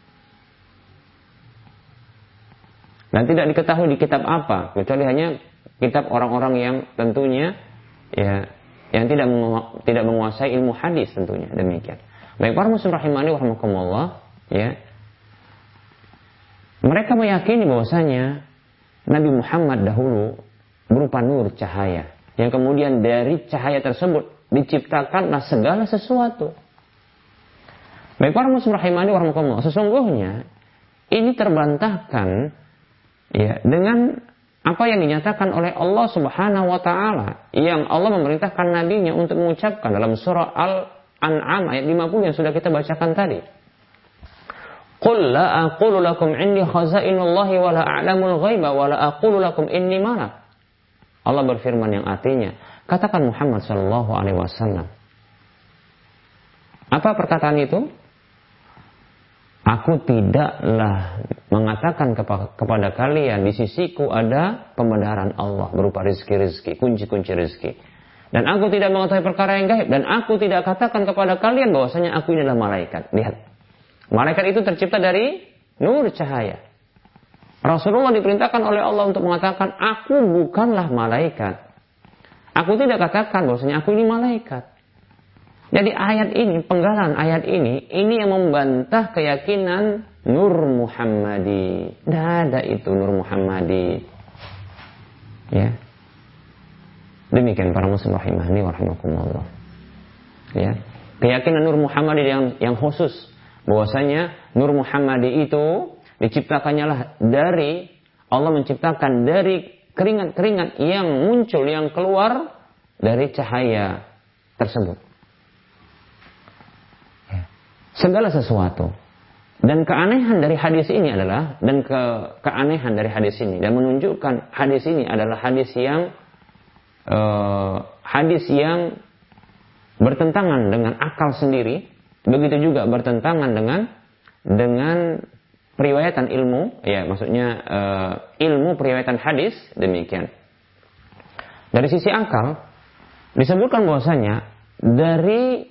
Dan tidak diketahui di kitab apa, kecuali hanya kitab orang-orang yang tentunya ya yang tidak menguasai ilmu hadis, tentunya demikian. Baik para muslim rahimani wa rahimakumullah, ya. Mereka meyakini bahwasanya Nabi Muhammad dahulu berupa nur, cahaya, yang kemudian dari cahaya tersebut diciptakanlah segala sesuatu. Baik para muslim rahimani wa rahimakumullah, sesungguhnya ini terbantahkan ya dengan apa yang dinyatakan oleh Allah Subhanahu wa taala, yang Allah memerintahkan nabinya untuk mengucapkan dalam surah Al-An'am ayat 50 yang sudah kita bacakan tadi. Qul la aqulu lakum indi khazainullahi wa la a'lamul ghaiba wa la aqulu lakum inni malak. Allah berfirman yang artinya, katakan Muhammad sallallahu alaihi wasallam. Apa perkataan itu? Aku tidaklah mengatakan kepada kalian di sisiku ada pembenaran Allah berupa rizki-rizki, kunci-kunci rizki. Dan aku tidak mengetahui perkara yang gaib. Dan aku tidak katakan kepada kalian bahwasanya aku ini adalah malaikat. Lihat. Malaikat itu tercipta dari nur, cahaya. Rasulullah diperintahkan oleh Allah untuk mengatakan, aku bukanlah malaikat. Aku tidak katakan bahwasanya aku ini malaikat. Jadi ayat ini, penggalan ayat ini yang membantah keyakinan Nur Muhammadi. Tidak ada itu Nur Muhammadi. Ya. Demikian para muslim rahimahni wa rahimakumullah. Ya. Keyakinan Nur Muhammadi yang khusus, bahwasanya Nur Muhammadi itu diciptakannya lah dari Allah, menciptakan dari keringat-keringat yang muncul, yang keluar dari cahaya tersebut. Segala sesuatu. Dan keanehan dari hadis ini adalah, dan keanehan dari hadis ini, dan menunjukkan hadis ini adalah hadis yang bertentangan dengan akal sendiri, begitu juga bertentangan dengan periwayatan ilmu, ya maksudnya ilmu periwayatan hadis, demikian. Dari sisi akal disebutkan bahwasanya dari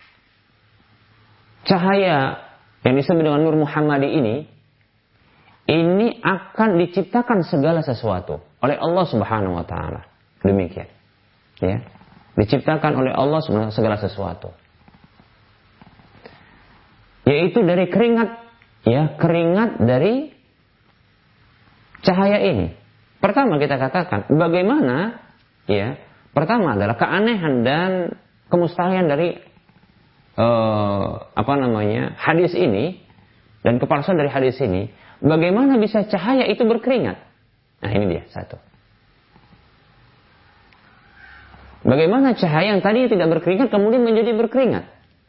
cahaya yang disebut dengan Nur Muhammadi ini akan diciptakan segala sesuatu oleh Allah Subhanahu wa taala. Demikian. Ya. Diciptakan oleh Allah segala sesuatu. Yaitu dari keringat, ya, keringat dari cahaya ini. Pertama kita katakan bagaimana, ya, pertama adalah keanehan dan kemustahilan dari hadis ini dan kepalsuan dari hadis ini. Bagaimana bisa cahaya itu berkeringat? Nah, ini dia satu. Bagaimana cahaya yang tadi tidak berkeringat kemudian menjadi berkeringat?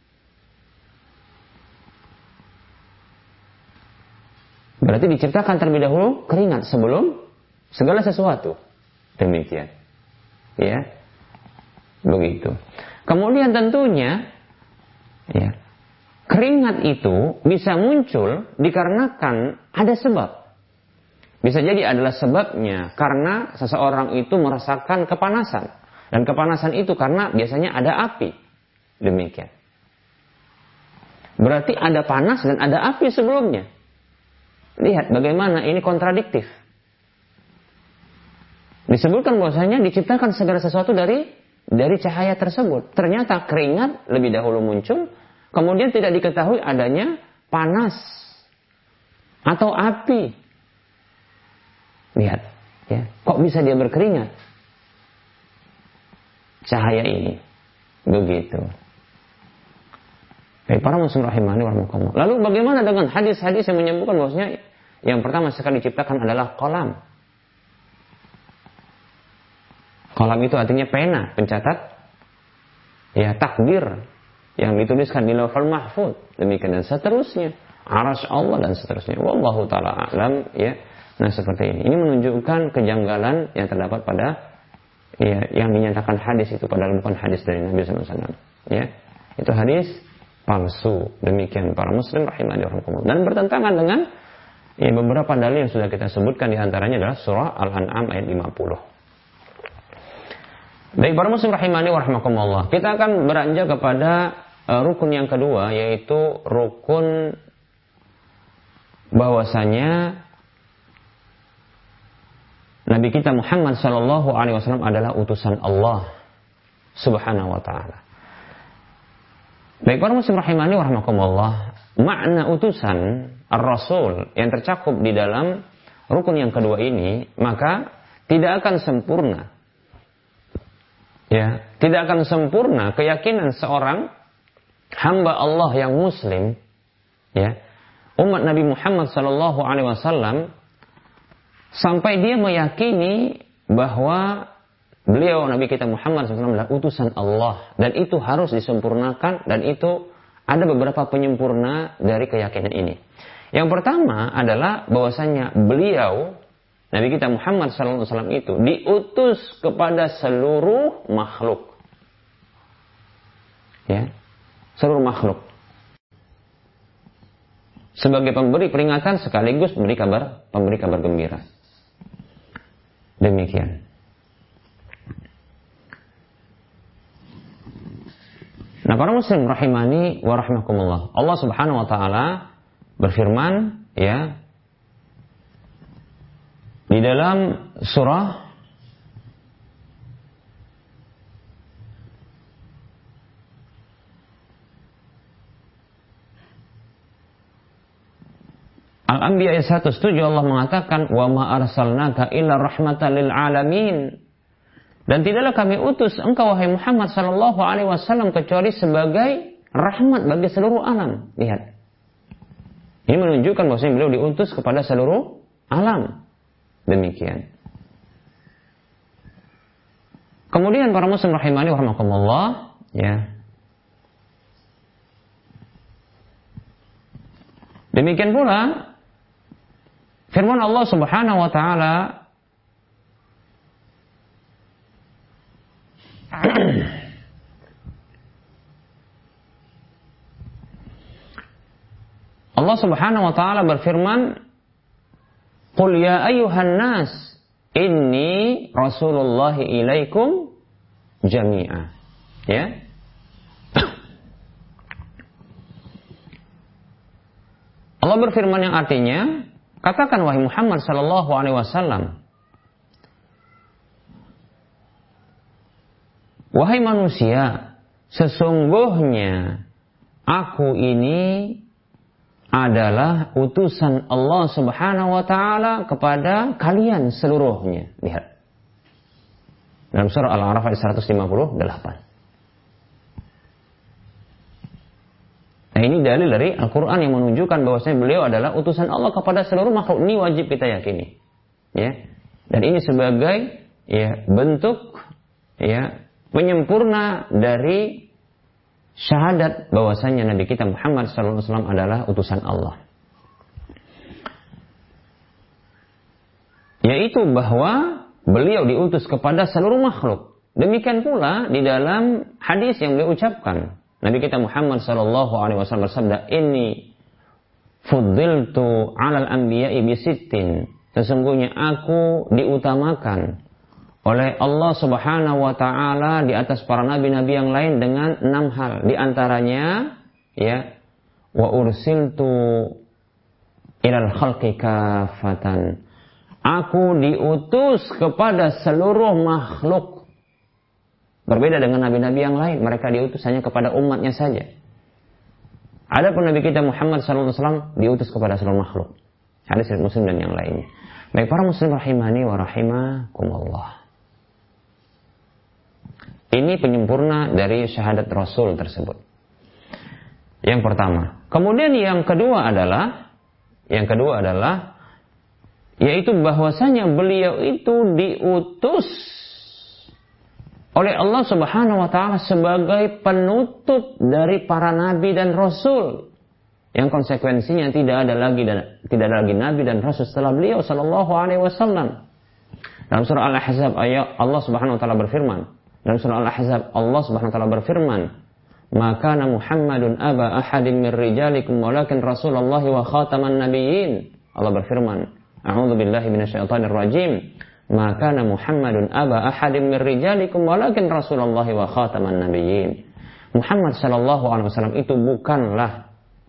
Berarti diciptakan terlebih dahulu keringat sebelum segala sesuatu. Demikian. Ya. Begitu. Kemudian tentunya ya, keringat itu bisa muncul dikarenakan ada sebab. Bisa jadi adalah sebabnya karena seseorang itu merasakan kepanasan. Dan kepanasan itu karena biasanya ada api. Demikian. Berarti ada panas dan ada api sebelumnya. Lihat bagaimana ini kontradiktif. Disebutkan bahwasanya diciptakan segala sesuatu dari cahaya tersebut. Ternyata keringat lebih dahulu muncul, kemudian tidak diketahui adanya panas atau api. Lihat, ya, kok bisa dia berkeringat? Cahaya ini, begitu. Baik, para muslim rahimani warahmatullah. Lalu bagaimana dengan hadis-hadis yang menyebutkan bahwasanya yang pertama sekali diciptakan adalah qalam? Qalam itu artinya pena, pencatat, ya, takdir yang dituliskan di Lauhul Mahfuz, demikian dan seterusnya, Arsy Allah dan seterusnya. Wallahu taala alam, ya. Nah, seperti ini. Ini menunjukkan kejanggalan yang terdapat pada, ya, yang dinyatakan hadis itu padahal bukan hadis dari Nabi sallallahu alaihi wasallam, ya. Itu hadis palsu. Demikian para muslim rahimani rahimakumullah. Dan bertentangan dengan, ya, beberapa dalil yang sudah kita sebutkan, di antaranya adalah surah Al-An'am ayat 50. Baik, para muslim rahimani wa rahmakumullah. Kita akan beranjak kepada rukun yang kedua, yaitu rukun bahwasanya Nabi kita Muhammad sallallahu alaihi wasallam adalah utusan Allah Subhanahu wa taala. Baik, para muslim rahimani wa rahmakumullah, makna utusan ar-rasul yang tercakup di dalam rukun yang kedua ini, maka tidak akan sempurna, ya, tidak akan sempurna keyakinan seorang hamba Allah yang muslim, ya, umat Nabi Muhammad sallallahu alaihi wasallam, sampai dia meyakini bahwa beliau Nabi kita Muhammad SAW adalah utusan Allah, dan itu harus disempurnakan, dan itu ada beberapa penyempurna dari keyakinan ini. Yang pertama adalah bahwasanya beliau Nabi kita Muhammad SAW itu diutus kepada seluruh makhluk, ya, seluruh makhluk, sebagai pemberi peringatan sekaligus pemberi kabar gembira. Demikian. Nah, para muslim rahimani wa rahmakumullah, Allah Subhanahu wa taala berfirman, ya, di dalam surah Al-Anbiya ayat 107, Allah mengatakan, wa ma arsalnaka illa rahmatan lil alamin. Dan tidaklah kami utus engkau wahai Muhammad sallallahu alaihi wasallam kecuali sebagai rahmat bagi seluruh alam. Lihat. Ini menunjukkan bahwa beliau diutus kepada seluruh alam. Demikian. Kemudian para muslim rahimani wa rahmakumullah, ya. Demikian pula firman Allah Subhanahu wa taala Allah Subhanahu wa taala berfirman, "Qul ya ayyuhan nas, inni Rasulullah ilaikum jami'a." Ya. Allah berfirman yang artinya, katakan wahai Muhammad sallallahu alaihi wasallam, wahai manusia, sesungguhnya aku ini adalah utusan Allah Subhanahu wa taala kepada kalian seluruhnya. Lihat. Dalam surah Al-A'raf ayat 158. Nah, ini dalil dari Al-Quran yang menunjukkan bahwasanya beliau adalah utusan Allah kepada seluruh makhluk. Ini wajib kita yakini, ya. Dan ini sebagai, ya, bentuk, ya, penyempurna dari syahadat bahwasanya Nabi kita Muhammad SAW adalah utusan Allah. Yaitu bahwa beliau diutus kepada seluruh makhluk. Demikian pula di dalam hadis yang beliau ucapkan. Nabi kita Muhammad sallallahu alaihi wasallam bersabda, "Inni fuddiltu 'alal anbiya'i bi sittin." Sesungguhnya aku diutamakan oleh Allah Subhanahu wa taala di atas para nabi-nabi yang lain dengan 6 hal. Di antaranya, ya, wa ursiltu ilal khalqi kafatan. Aku diutus kepada seluruh makhluk. Berbeda dengan nabi-nabi yang lain. Mereka diutus hanya kepada umatnya saja. Adapun Nabi kita Muhammad SAW diutus kepada seluruh makhluk. Hadis riwayat Muslim dan yang lainnya. Baik para muslim rahimani wa rahimakumullah. Ini penyempurna dari syahadat Rasul tersebut. Yang pertama. Kemudian yang kedua adalah yaitu bahwasanya beliau itu diutus oleh Allah Subhanahu wa taala sebagai penutup dari para nabi dan rasul. Yang konsekuensinya tidak ada lagi nabi dan rasul setelah beliau sallallahu alaihi wasallam. Dalam surah Al-Ahzab ayat Allah Subhanahu wa taala berfirman, dalam surah Al-Ahzab Allah Subhanahu wa taala berfirman, "Maka Muhammadun aba ahadin min rijalikum walakin Rasulullah wa khataman nabiyyin." Allah berfirman, "A'udzu billahi minasyaitonir rajim. Maka Muhammadun aba ahadin min rijalikum walakin Rasulullah wa khataman nabiyyin." Muhammad sallallahu alaihi wasallam itu bukanlah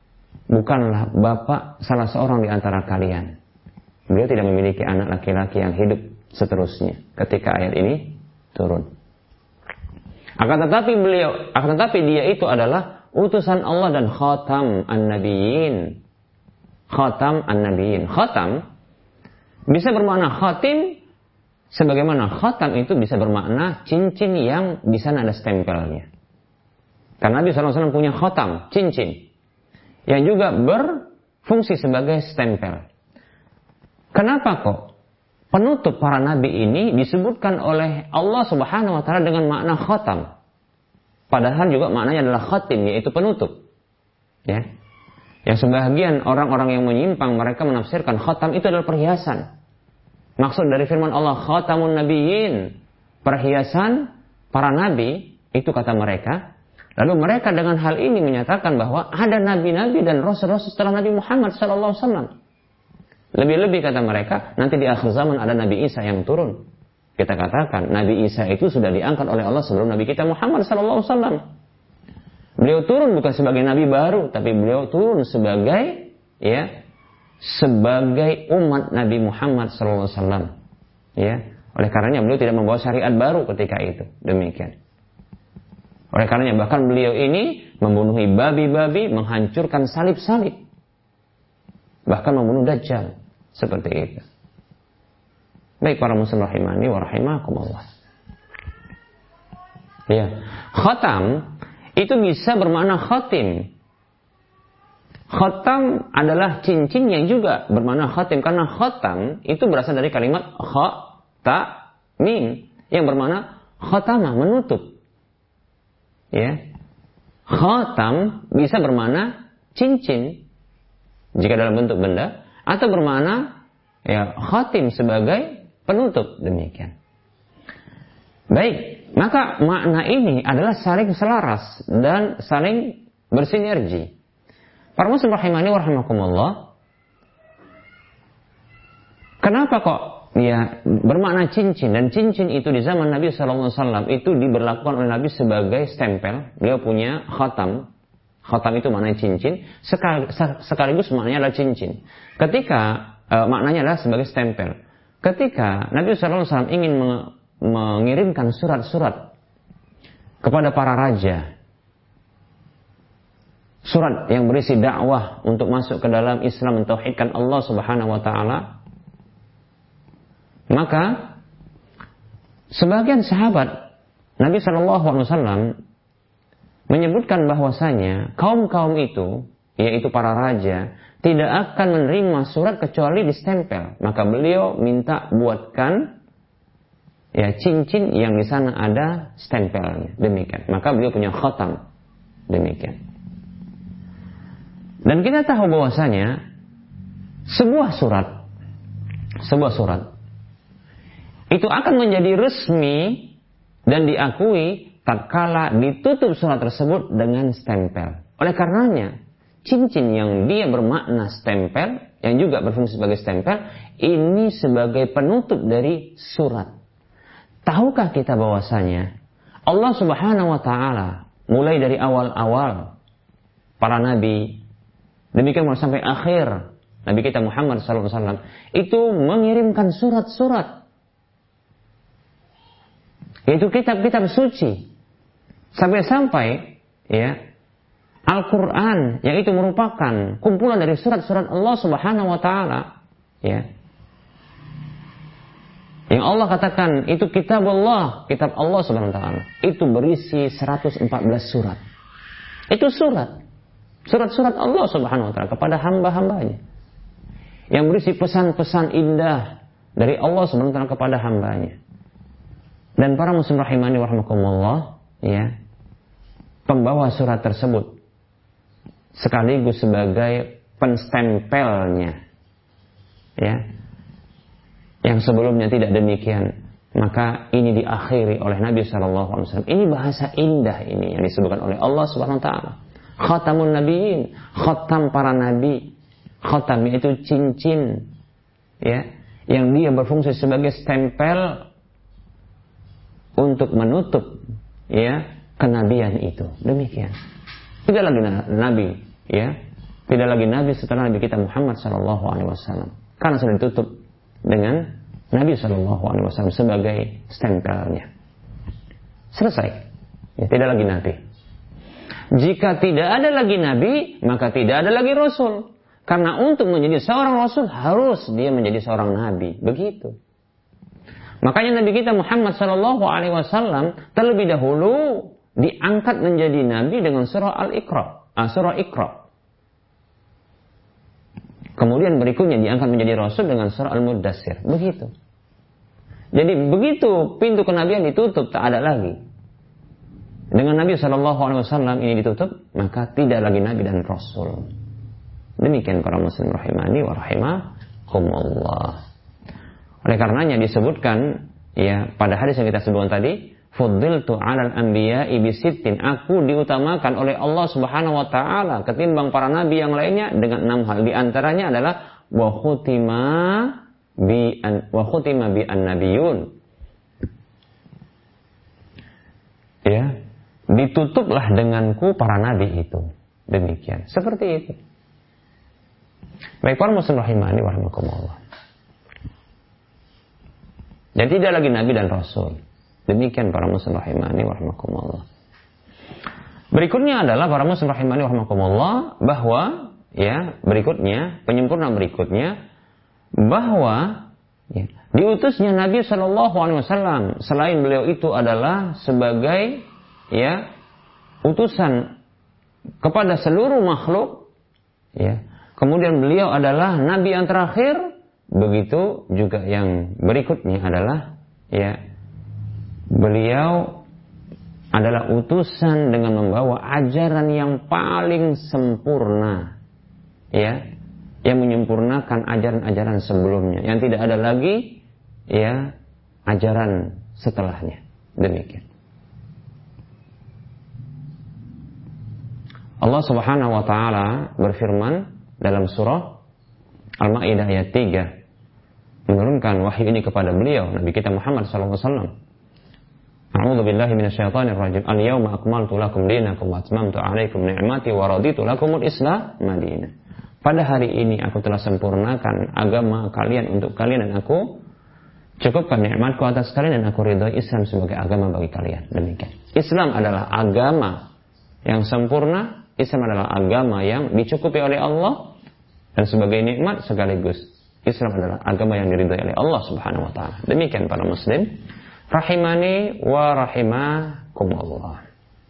bapak salah seorang di antara kalian. Beliau tidak memiliki anak laki-laki yang hidup seterusnya ketika ayat ini turun. Akan tetapi dia itu adalah utusan Allah dan khatam an-nabiyyin. Khatam an-nabiyyin. Khatam bisa bermakna khatim, sebagaimana khatam itu bisa bermakna cincin yang di sana ada stempelnya. Karena Nabi SAW punya khatam, cincin, yang juga berfungsi sebagai stempel. Kenapa kok penutup para nabi ini disebutkan oleh Allah Subhanahu wa taala dengan makna khatam? Padahal juga maknanya adalah khatim, yaitu penutup. Ya. Yang sebagian orang-orang yang menyimpang mereka menafsirkan khatam itu adalah perhiasan. Maksud dari firman Allah khatamun nabiyyin, perhiasan para nabi, itu kata mereka. Lalu mereka dengan hal ini menyatakan bahwa ada nabi-nabi dan rasul-rasul setelah Nabi Muhammad SAW. Lebih-lebih kata mereka, nanti di akhir zaman ada Nabi Isa yang turun. Kita katakan, Nabi Isa itu sudah diangkat oleh Allah sebelum Nabi kita Muhammad SAW. Beliau turun bukan sebagai nabi baru, tapi beliau turun sebagai umat Nabi Muhammad SAW. Ya, oleh karenanya beliau tidak membawa syariat baru ketika itu. Demikian. Oleh karenanya bahkan beliau ini membunuhi babi-babi, menghancurkan salib-salib. Bahkan membunuh Dajjal. Seperti itu. Baik para muslim rahimani wa rahimakumullah. Ya. Khatam itu bisa bermakna khatim. Khatam adalah cincin yang juga bermakna khatim. Karena khatam itu berasal dari kalimat khatamin, yang bermakna khatamah, menutup. Ya. Khatam bisa bermakna cincin jika dalam bentuk benda, atau bermakna khatim sebagai penutup. Demikian. Baik, maka makna ini adalah saling selaras dan saling bersinergi. Para muslim rahimani wa rahimakumullah. Kenapa kok bermakna cincin, dan cincin itu di zaman Nabi SAW itu diberlakukan oleh Nabi sebagai stempel. Beliau punya khatam. Khatam itu maknanya cincin, sekaligus maknanya adalah cincin. Ketika maknanya adalah sebagai stempel. Ketika Nabi SAW ingin mengirimkan surat-surat kepada para raja, surat yang berisi dakwah untuk masuk ke dalam Islam, mentauhidkan Allah Subhanahu wa taala, maka sebagian sahabat Nabi SAW menyebutkan bahwasanya kaum-kaum itu, yaitu para raja, tidak akan menerima surat kecuali distempel. Maka beliau minta buatkan cincin yang di sana ada stempelnya. Demikian. Maka beliau punya khatam. Demikian. Dan kita tahu bahwasanya sebuah surat itu akan menjadi resmi dan diakui tatkala ditutup surat tersebut dengan stempel. Oleh karenanya, cincin yang dia bermakna stempel, yang juga berfungsi sebagai stempel, ini sebagai penutup dari surat. Tahukah kita bahwasanya Allah Subhanahu wa taala mulai dari awal-awal para nabi, demikian sampai akhir Nabi kita Muhammad SAW itu mengirimkan surat-surat, yaitu kitab-kitab suci, sampai-sampai ya Al-Quran yang itu merupakan kumpulan dari surat-surat Allah Subhanahu Wa Taala, ya, yang Allah katakan itu kitab Allah, kitab Allah Subhanahu Wa Taala, itu berisi 114 surat. Itu surat-surat Allah Subhanahu Wa Taala kepada hamba-hambanya, yang berisi pesan-pesan indah dari Allah Subhanahu Wa Taala kepada hambanya. Dan para muslim rahimani wa rahimakumullah, ya, pembawa surat tersebut sekaligus sebagai penstempelnya, ya, yang sebelumnya tidak demikian. Maka ini diakhiri oleh Nabi SAW. Ini bahasa indah ini yang disebutkan oleh Allah Subhanahu Wa Taala. Khatamun Nabiyyin, khatam para nabi. Khatam itu cincin, ya, yang dia berfungsi sebagai stempel untuk menutup, ya, kenabian itu. Demikian. Tidak lagi nabi, ya, tidak lagi nabi setelah Nabi kita Muhammad SAW, karena sudah ditutup dengan Nabi SAW sebagai stempelnya. Selesai. Ya, tidak lagi nabi. Jika tidak ada lagi nabi, maka tidak ada lagi rasul. Karena untuk menjadi seorang rasul harus dia menjadi seorang nabi. Begitu. Makanya Nabi kita Muhammad SAW terlebih dahulu diangkat menjadi nabi dengan surah Al-Iqra, surah Iqra. Kemudian berikutnya diangkat menjadi rasul dengan surah Al-Muddatsir. Begitu. Jadi begitu pintu kenabian ditutup, tak ada lagi. Dengan Nabi SAW ini ditutup, maka tidak lagi nabi dan rasul. Demikian para muslim rahimani wa rahimakumullah. Oleh karenanya disebutkan, ya, pada hadis yang kita sebutkan tadi, fuddiltu 'alal anbiya'i bisittin, aku diutamakan oleh Allah Subhanahu wa taala ketimbang para nabi yang lainnya dengan 6 hal. Di antaranya adalah wa khutima bi an-nabiyyun. Ya, ditutuplah denganku para nabi itu. Demikian. Seperti itu. Baik para muslim rahimani wa rahimakumullah. Dan tidak lagi nabi dan rasul. Demikian para muslim rahimani wa rahimakumullah. Berikutnya adalah para muslim rahimani wa rahimakumullah, bahwa, ya, berikutnya, penyempurnaan berikutnya, bahwa, ya, diutusnya Nabi SAW selain beliau itu adalah sebagai, ya, utusan kepada seluruh makhluk, ya. Kemudian beliau adalah nabi yang terakhir. Begitu juga yang berikutnya adalah, ya, beliau adalah utusan dengan membawa ajaran yang paling sempurna, ya, yang menyempurnakan ajaran-ajaran sebelumnya, yang tidak ada lagi, ya, ajaran setelahnya. Demikian. Allah Subhanahu wa taala berfirman dalam surah Al-Maidah ayat 3, menurunkan wahyu ini kepada beliau Nabi kita Muhammad sallallahu alaihi wasallam. A'udzu billahi minasyaitonir rajim. Al-yauma akmaltu lakum dinakum wa atmamtu 'alaikum ni'mati wa raditu lakumul Islam madinah. Pada hari ini aku telah sempurnakan agama kalian untuk kalian, dan aku cukupkan nikmatku atas kalian, dan aku ridhoi Islam sebagai agama bagi kalian. Demikian. Islam adalah agama yang sempurna. Islam adalah agama yang dicukupi oleh Allah, dan sebagai nikmat sekaligus Islam adalah agama yang diridhai oleh Allah Subhanahu wa taala. Demikian para muslim rahimani wa rahimakumullah.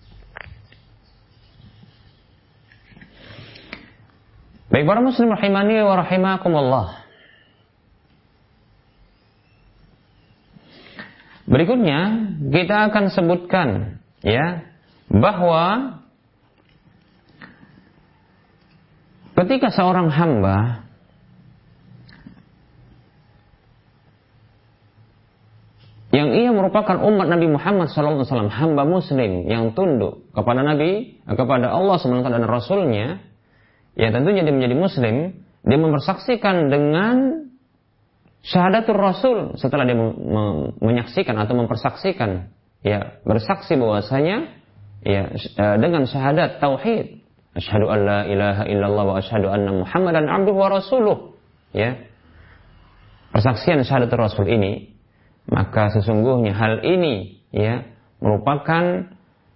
Baik para muslim rahimani wa rahimakumullah. Berikutnya kita akan sebutkan, ya, bahwa ketika seorang hamba yang ia merupakan umat Nabi Muhammad SAW, hamba muslim yang tunduk kepada Nabi, kepada Allah SWT dan Rasulnya, ya tentunya dia menjadi muslim, dia mempersaksikan dengan syahadatul Rasul setelah dia menyaksikan atau mempersaksikan, ya, bersaksi bahwasanya, ya, dengan syahadat tauhid Asyhadu an la ilaha illallah wa asyhadu anna Muhammadan abduhu wa rasuluh. Ya. Persaksian syahadatul Rasul ini, maka sesungguhnya hal ini ya merupakan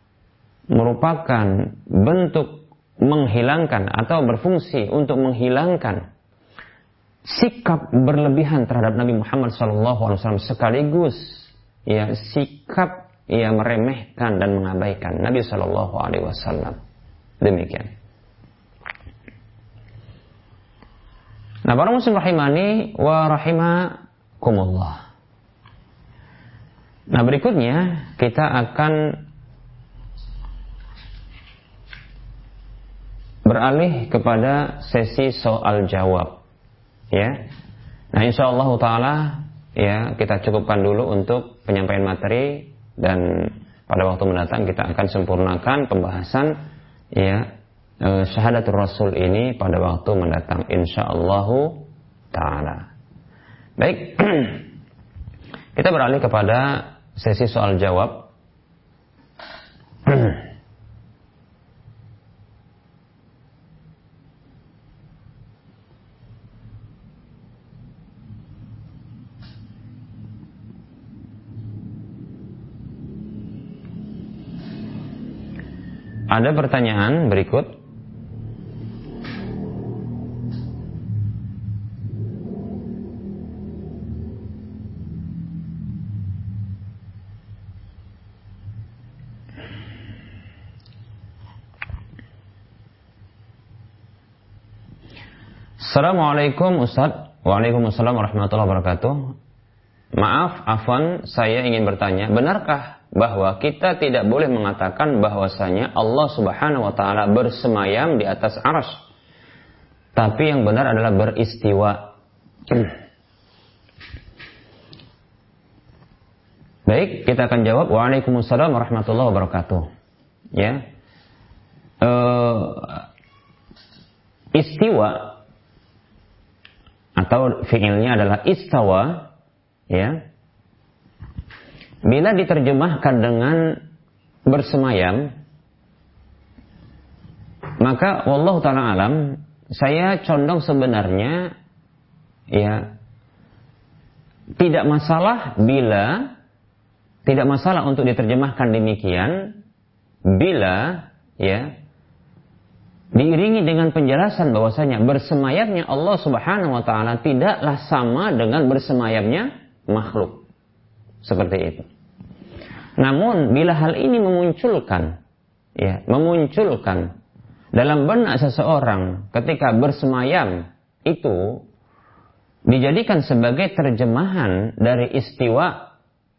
bentuk menghilangkan atau berfungsi untuk menghilangkan sikap berlebihan terhadap Nabi Muhammad SAW, sekaligus ya sikap ya meremehkan dan mengabaikan Nabi SAW. Demikian. Nah, para muslim rahimani wa rahimakumullah. Nah, berikutnya kita akan beralih kepada sesi soal jawab. Ya. Nah, insyaallah taala ya kita cukupkan dulu untuk penyampaian materi, dan pada waktu mendatang kita akan sempurnakan pembahasan ya syahadatul Rasul ini pada waktu mendatang insyaallah taala. Baik. Kita beralih kepada sesi soal jawab. Ada pertanyaan berikut. Assalamualaikum Ustaz. Waalaikumsalam warahmatullahi wabarakatuh. Maaf, afwan, saya ingin bertanya, benarkah bahwa kita tidak boleh mengatakan bahwasanya Allah Subhanahu wa taala bersemayam di atas arsy, tapi yang benar adalah beristiwa? Baik, kita akan jawab. Waalaikumsalam warahmatullahi wabarakatuh. Ya. Istiwa atau fiilnya adalah istawa, ya. Bila diterjemahkan dengan bersemayam, maka wallahu ta'ala alam, saya condong sebenarnya ya tidak masalah untuk diterjemahkan demikian bila ya diiringi dengan penjelasan bahwasanya bersemayamnya Allah Subhanahu wa taala tidaklah sama dengan bersemayamnya makhluk. Seperti itu. Namun bila hal ini memunculkan dalam benak seseorang ketika bersemayam itu dijadikan sebagai terjemahan dari istiwa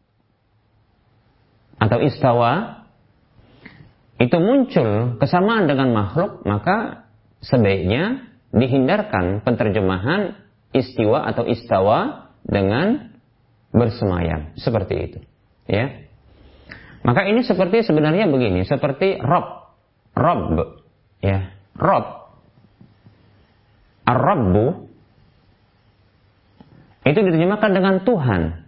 atau istawa, itu muncul kesamaan dengan makhluk, maka sebaiknya dihindarkan penterjemahan istiwa atau istawa dengan bersemayam, seperti itu, ya. Maka ini seperti sebenarnya begini, seperti Rabb, ya, Rabb, Ar-Rabbu itu diterjemahkan dengan Tuhan.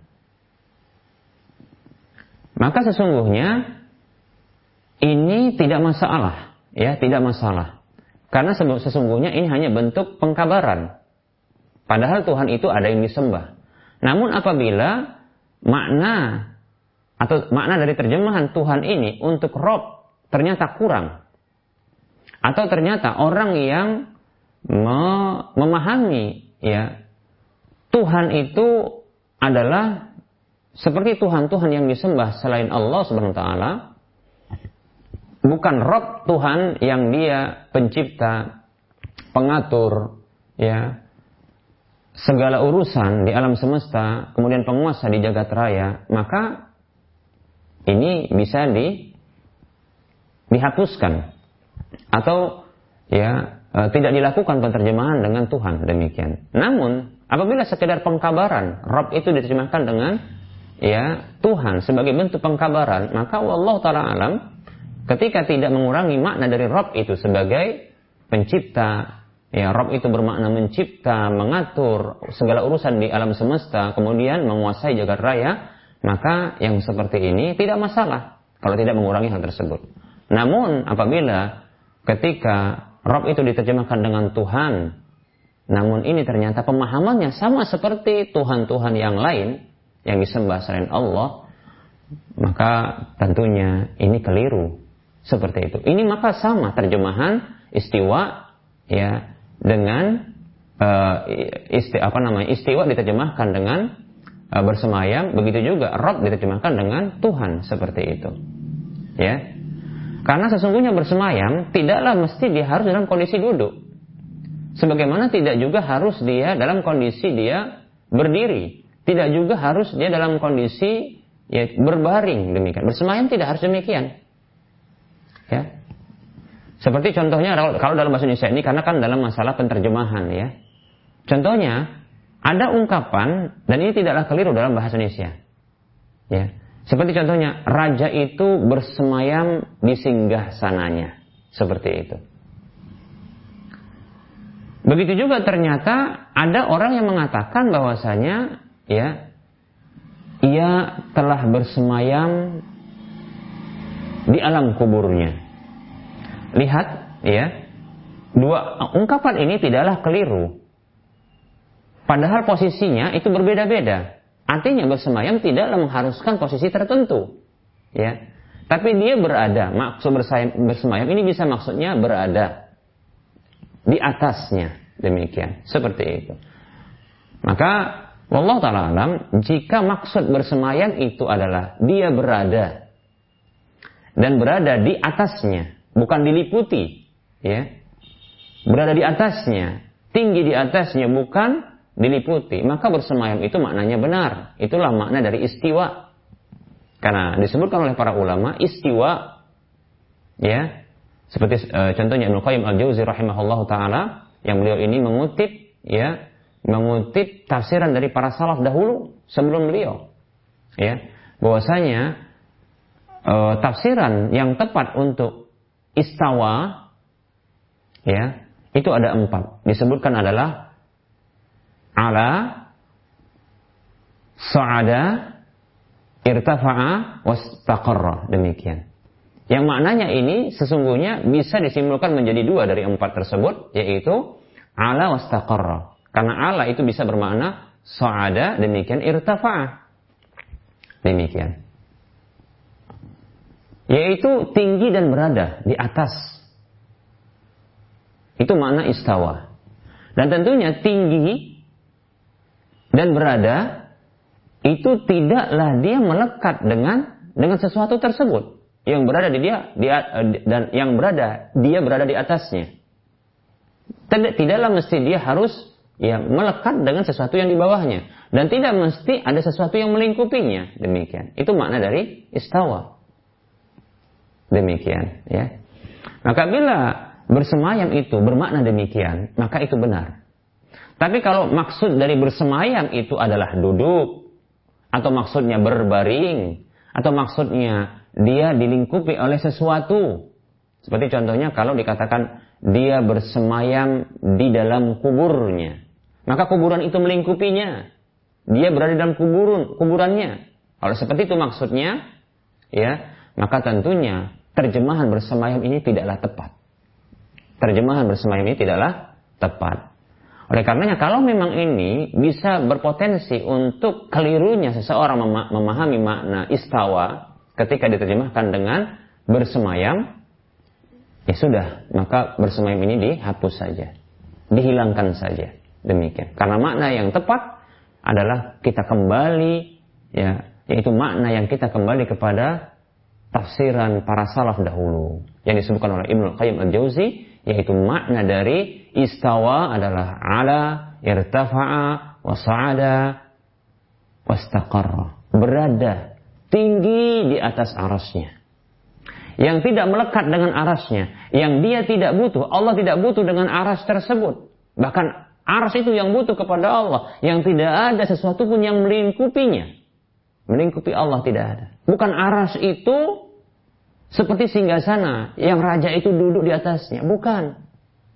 Maka sesungguhnya ini tidak masalah, ya, tidak masalah. Karena sesungguhnya ini hanya bentuk pengkabaran. Padahal Tuhan itu ada yang disembah. Namun apabila makna dari terjemahan Tuhan ini untuk Rob ternyata kurang, atau ternyata orang yang memahami ya Tuhan itu adalah seperti Tuhan-Tuhan yang disembah selain Allah Subhanahu wa taala, bukan Rob Tuhan yang dia pencipta, pengatur, ya, segala urusan di alam semesta, kemudian penguasa di jagat raya, maka ini bisa dihapuskan atau ya tidak dilakukan penterjemahan dengan Tuhan, demikian. Namun apabila sekedar pengkabaran, Rob itu diterjemahkan dengan ya Tuhan sebagai bentuk pengkabaran, maka wallahu taala alam, ketika tidak mengurangi makna dari Rabb itu sebagai pencipta, ya Rabb itu bermakna mencipta, mengatur segala urusan di alam semesta, kemudian menguasai jagat raya, maka yang seperti ini tidak masalah kalau tidak mengurangi hal tersebut. Namun apabila ketika Rabb itu diterjemahkan dengan Tuhan, namun ini ternyata pemahamannya sama seperti Tuhan-Tuhan yang lain yang disembah selain Allah, maka tentunya ini keliru seperti itu. Ini maka sama terjemahan istiwa ya dengan istiwa diterjemahkan dengan bersemayam, begitu juga Rabb diterjemahkan dengan Tuhan seperti itu. Ya. Karena sesungguhnya bersemayam tidaklah mesti dia harus dalam kondisi duduk. Sebagaimana tidak juga harus dia dalam kondisi dia berdiri. Tidak juga harus dia dalam kondisi ya, berbaring demikian. Bersemayam tidak harus demikian. Ya. Seperti contohnya kalau dalam bahasa Indonesia ini, karena kan dalam masalah penterjemahan ya. Contohnya ada ungkapan, dan ini tidaklah keliru dalam bahasa Indonesia. Ya. Seperti contohnya, raja itu bersemayam di singgasananya. Seperti itu. Begitu juga ternyata ada orang yang mengatakan bahwasanya ya, ia telah bersemayam di alam kuburnya. Lihat ya, dua ungkapan ini tidaklah keliru. Padahal posisinya itu berbeda-beda. Artinya bersemayam tidaklah mengharuskan posisi tertentu, ya. Tapi dia berada, maksud bersemayam ini bisa maksudnya berada di atasnya, demikian, seperti itu. Maka, wallahu ta'ala alam, jika maksud bersemayam itu adalah dia berada dan berada di atasnya, bukan diliputi, ya, berada di atasnya, tinggi di atasnya, bukan diliputi, maka bersemayam itu maknanya benar. Itulah makna dari istiwa. Karena disebutkan oleh para ulama istiwa, ya, seperti contohnya Ibnu Qayyim Al-Jauzi rahimahullahu taala, yang beliau ini mengutip tafsiran dari para salaf dahulu sebelum beliau, ya, bahwasanya tafsiran yang tepat untuk istawa, ya, itu ada 4. Disebutkan adalah ala, sa'ada, irtafa'a, wastaqarra, demikian. Yang maknanya ini sesungguhnya bisa disimpulkan menjadi 2 dari 4 tersebut, yaitu ala wastaqarra. Karena ala itu bisa bermakna sa'ada, demikian irtafa'a, demikian. Yaitu tinggi dan berada di atas. Itu makna istawa. Dan tentunya tinggi dan berada itu tidaklah dia melekat dengan sesuatu tersebut yang berada di dia dan yang dia berada di atasnya. Tidaklah mesti dia harus ya melekat dengan sesuatu yang di bawahnya, dan tidak mesti ada sesuatu yang melingkupinya. Demikian. Itu makna dari istawa. Demikian, ya. Maka bila bersemayam itu bermakna demikian, maka itu benar. Tapi kalau maksud dari bersemayam itu adalah duduk, atau maksudnya berbaring, atau maksudnya dia dilingkupi oleh sesuatu. Seperti contohnya kalau dikatakan dia bersemayam di dalam kuburnya, maka kuburan itu melingkupinya. Dia berada di dalam kuburannya. Kalau seperti itu maksudnya, ya, maka tentunya terjemahan bersemayam ini tidaklah tepat. Terjemahan bersemayam ini tidaklah tepat. Oleh karenanya kalau memang ini bisa berpotensi untuk kelirunya seseorang memahami makna istawa ketika diterjemahkan dengan bersemayam, ya sudah, maka bersemayam ini dihapus saja, dihilangkan saja, demikian. Karena makna yang tepat adalah kita kembali, ya, yaitu makna yang kita kembali kepada tafsiran para salaf dahulu yang disebutkan oleh Ibnu Qayyim Al-Jauzi, yaitu makna dari istawa adalah ala, irtafa'a, wasa'ada, wastaqarra, berada tinggi di atas arasnya, yang tidak melekat dengan arasnya, yang dia tidak butuh, Allah tidak butuh dengan aras tersebut, bahkan aras itu yang butuh kepada Allah, yang tidak ada sesuatu pun yang melingkupinya, melingkupi Allah tidak ada. Bukan aras itu seperti singgasana yang raja itu duduk di atasnya, bukan.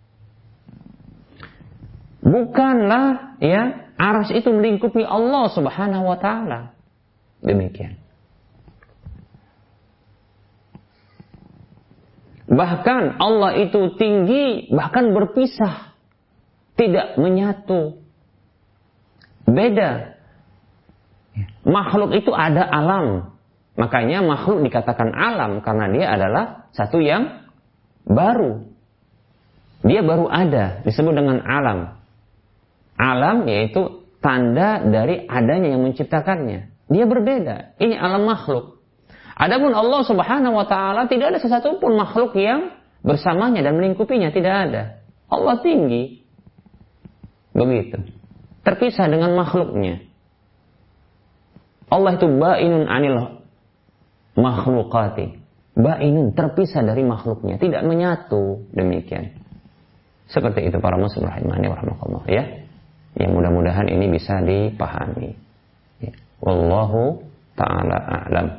Bukanlah ya aras itu melingkupi Allah Subhanahu wa taala. Demikian. Bahkan Allah itu tinggi, bahkan berpisah. Tidak menyatu. Beda. Makhluk itu ada alam. Makanya makhluk dikatakan alam karena dia adalah satu yang baru. Dia baru ada, disebut dengan alam. Alam yaitu tanda dari adanya yang menciptakannya. Dia berbeda. Ini alam makhluk. Adapun Allah Subhanahu wa taala tidak ada sesuatu pun makhluk yang bersamanya dan melingkupinya, tidak ada. Allah tinggi. Begitu. Terpisah dengan makhluknya. Allah itu ba'inun anil makhlukati. Ba'inun, terpisah dari makhluknya, tidak menyatu, demikian. Seperti itu para muslim rahimani wa rahmatullah, ya. Yang mudah-mudahan ini bisa dipahami. Ya. Wallahu ta'ala a'lam.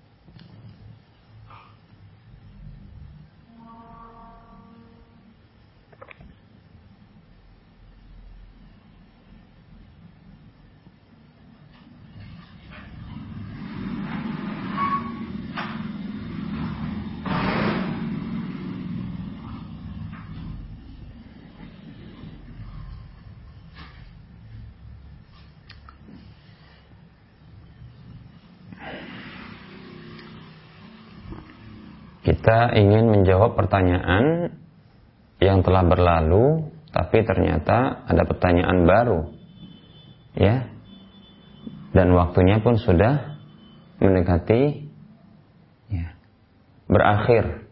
Kita ingin menjawab pertanyaan yang telah berlalu, tapi ternyata ada pertanyaan baru, ya. Dan waktunya pun sudah mendekati, ya, berakhir.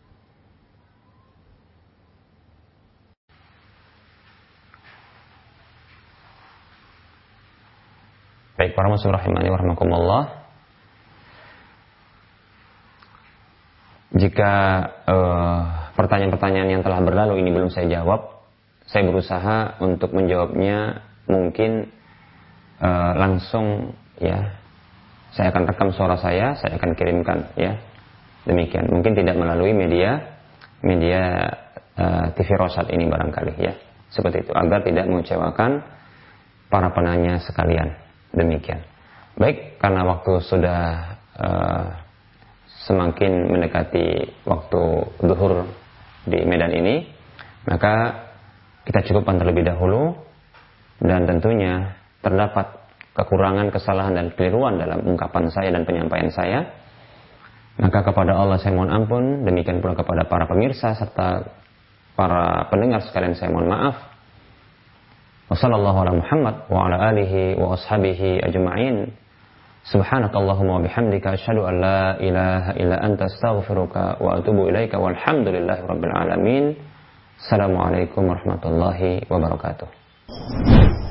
Baik para muslim rahimani wa rahmakumullah. Jika pertanyaan-pertanyaan yang telah berlalu ini belum saya jawab, saya berusaha untuk menjawabnya mungkin langsung, ya. Saya akan rekam suara saya akan kirimkan, ya. Demikian. Mungkin tidak melalui media TV Rosat ini barangkali, ya. Seperti itu, agar tidak mengecewakan para penanya sekalian. Demikian. Baik, karena waktu sudah semakin mendekati waktu zuhur di Medan ini, maka kita cukupkan terlebih dahulu. Dan tentunya terdapat kekurangan, kesalahan dan keliruan dalam ungkapan saya dan penyampaian saya, maka kepada Allah saya mohon ampun. Demikian pula kepada para pemirsa serta para pendengar sekalian saya mohon maaf. Wassallallahu ala Muhammad wa ala alihi wa ashabihi ajma'in. Subhanakallahumma wa bihamdika asyhadu an la ilaha illa anta astaghfiruka wa atubu ilaika walhamdulillahi rabbil alamin. Assalamualaikum warahmatullahi wabarakatuh.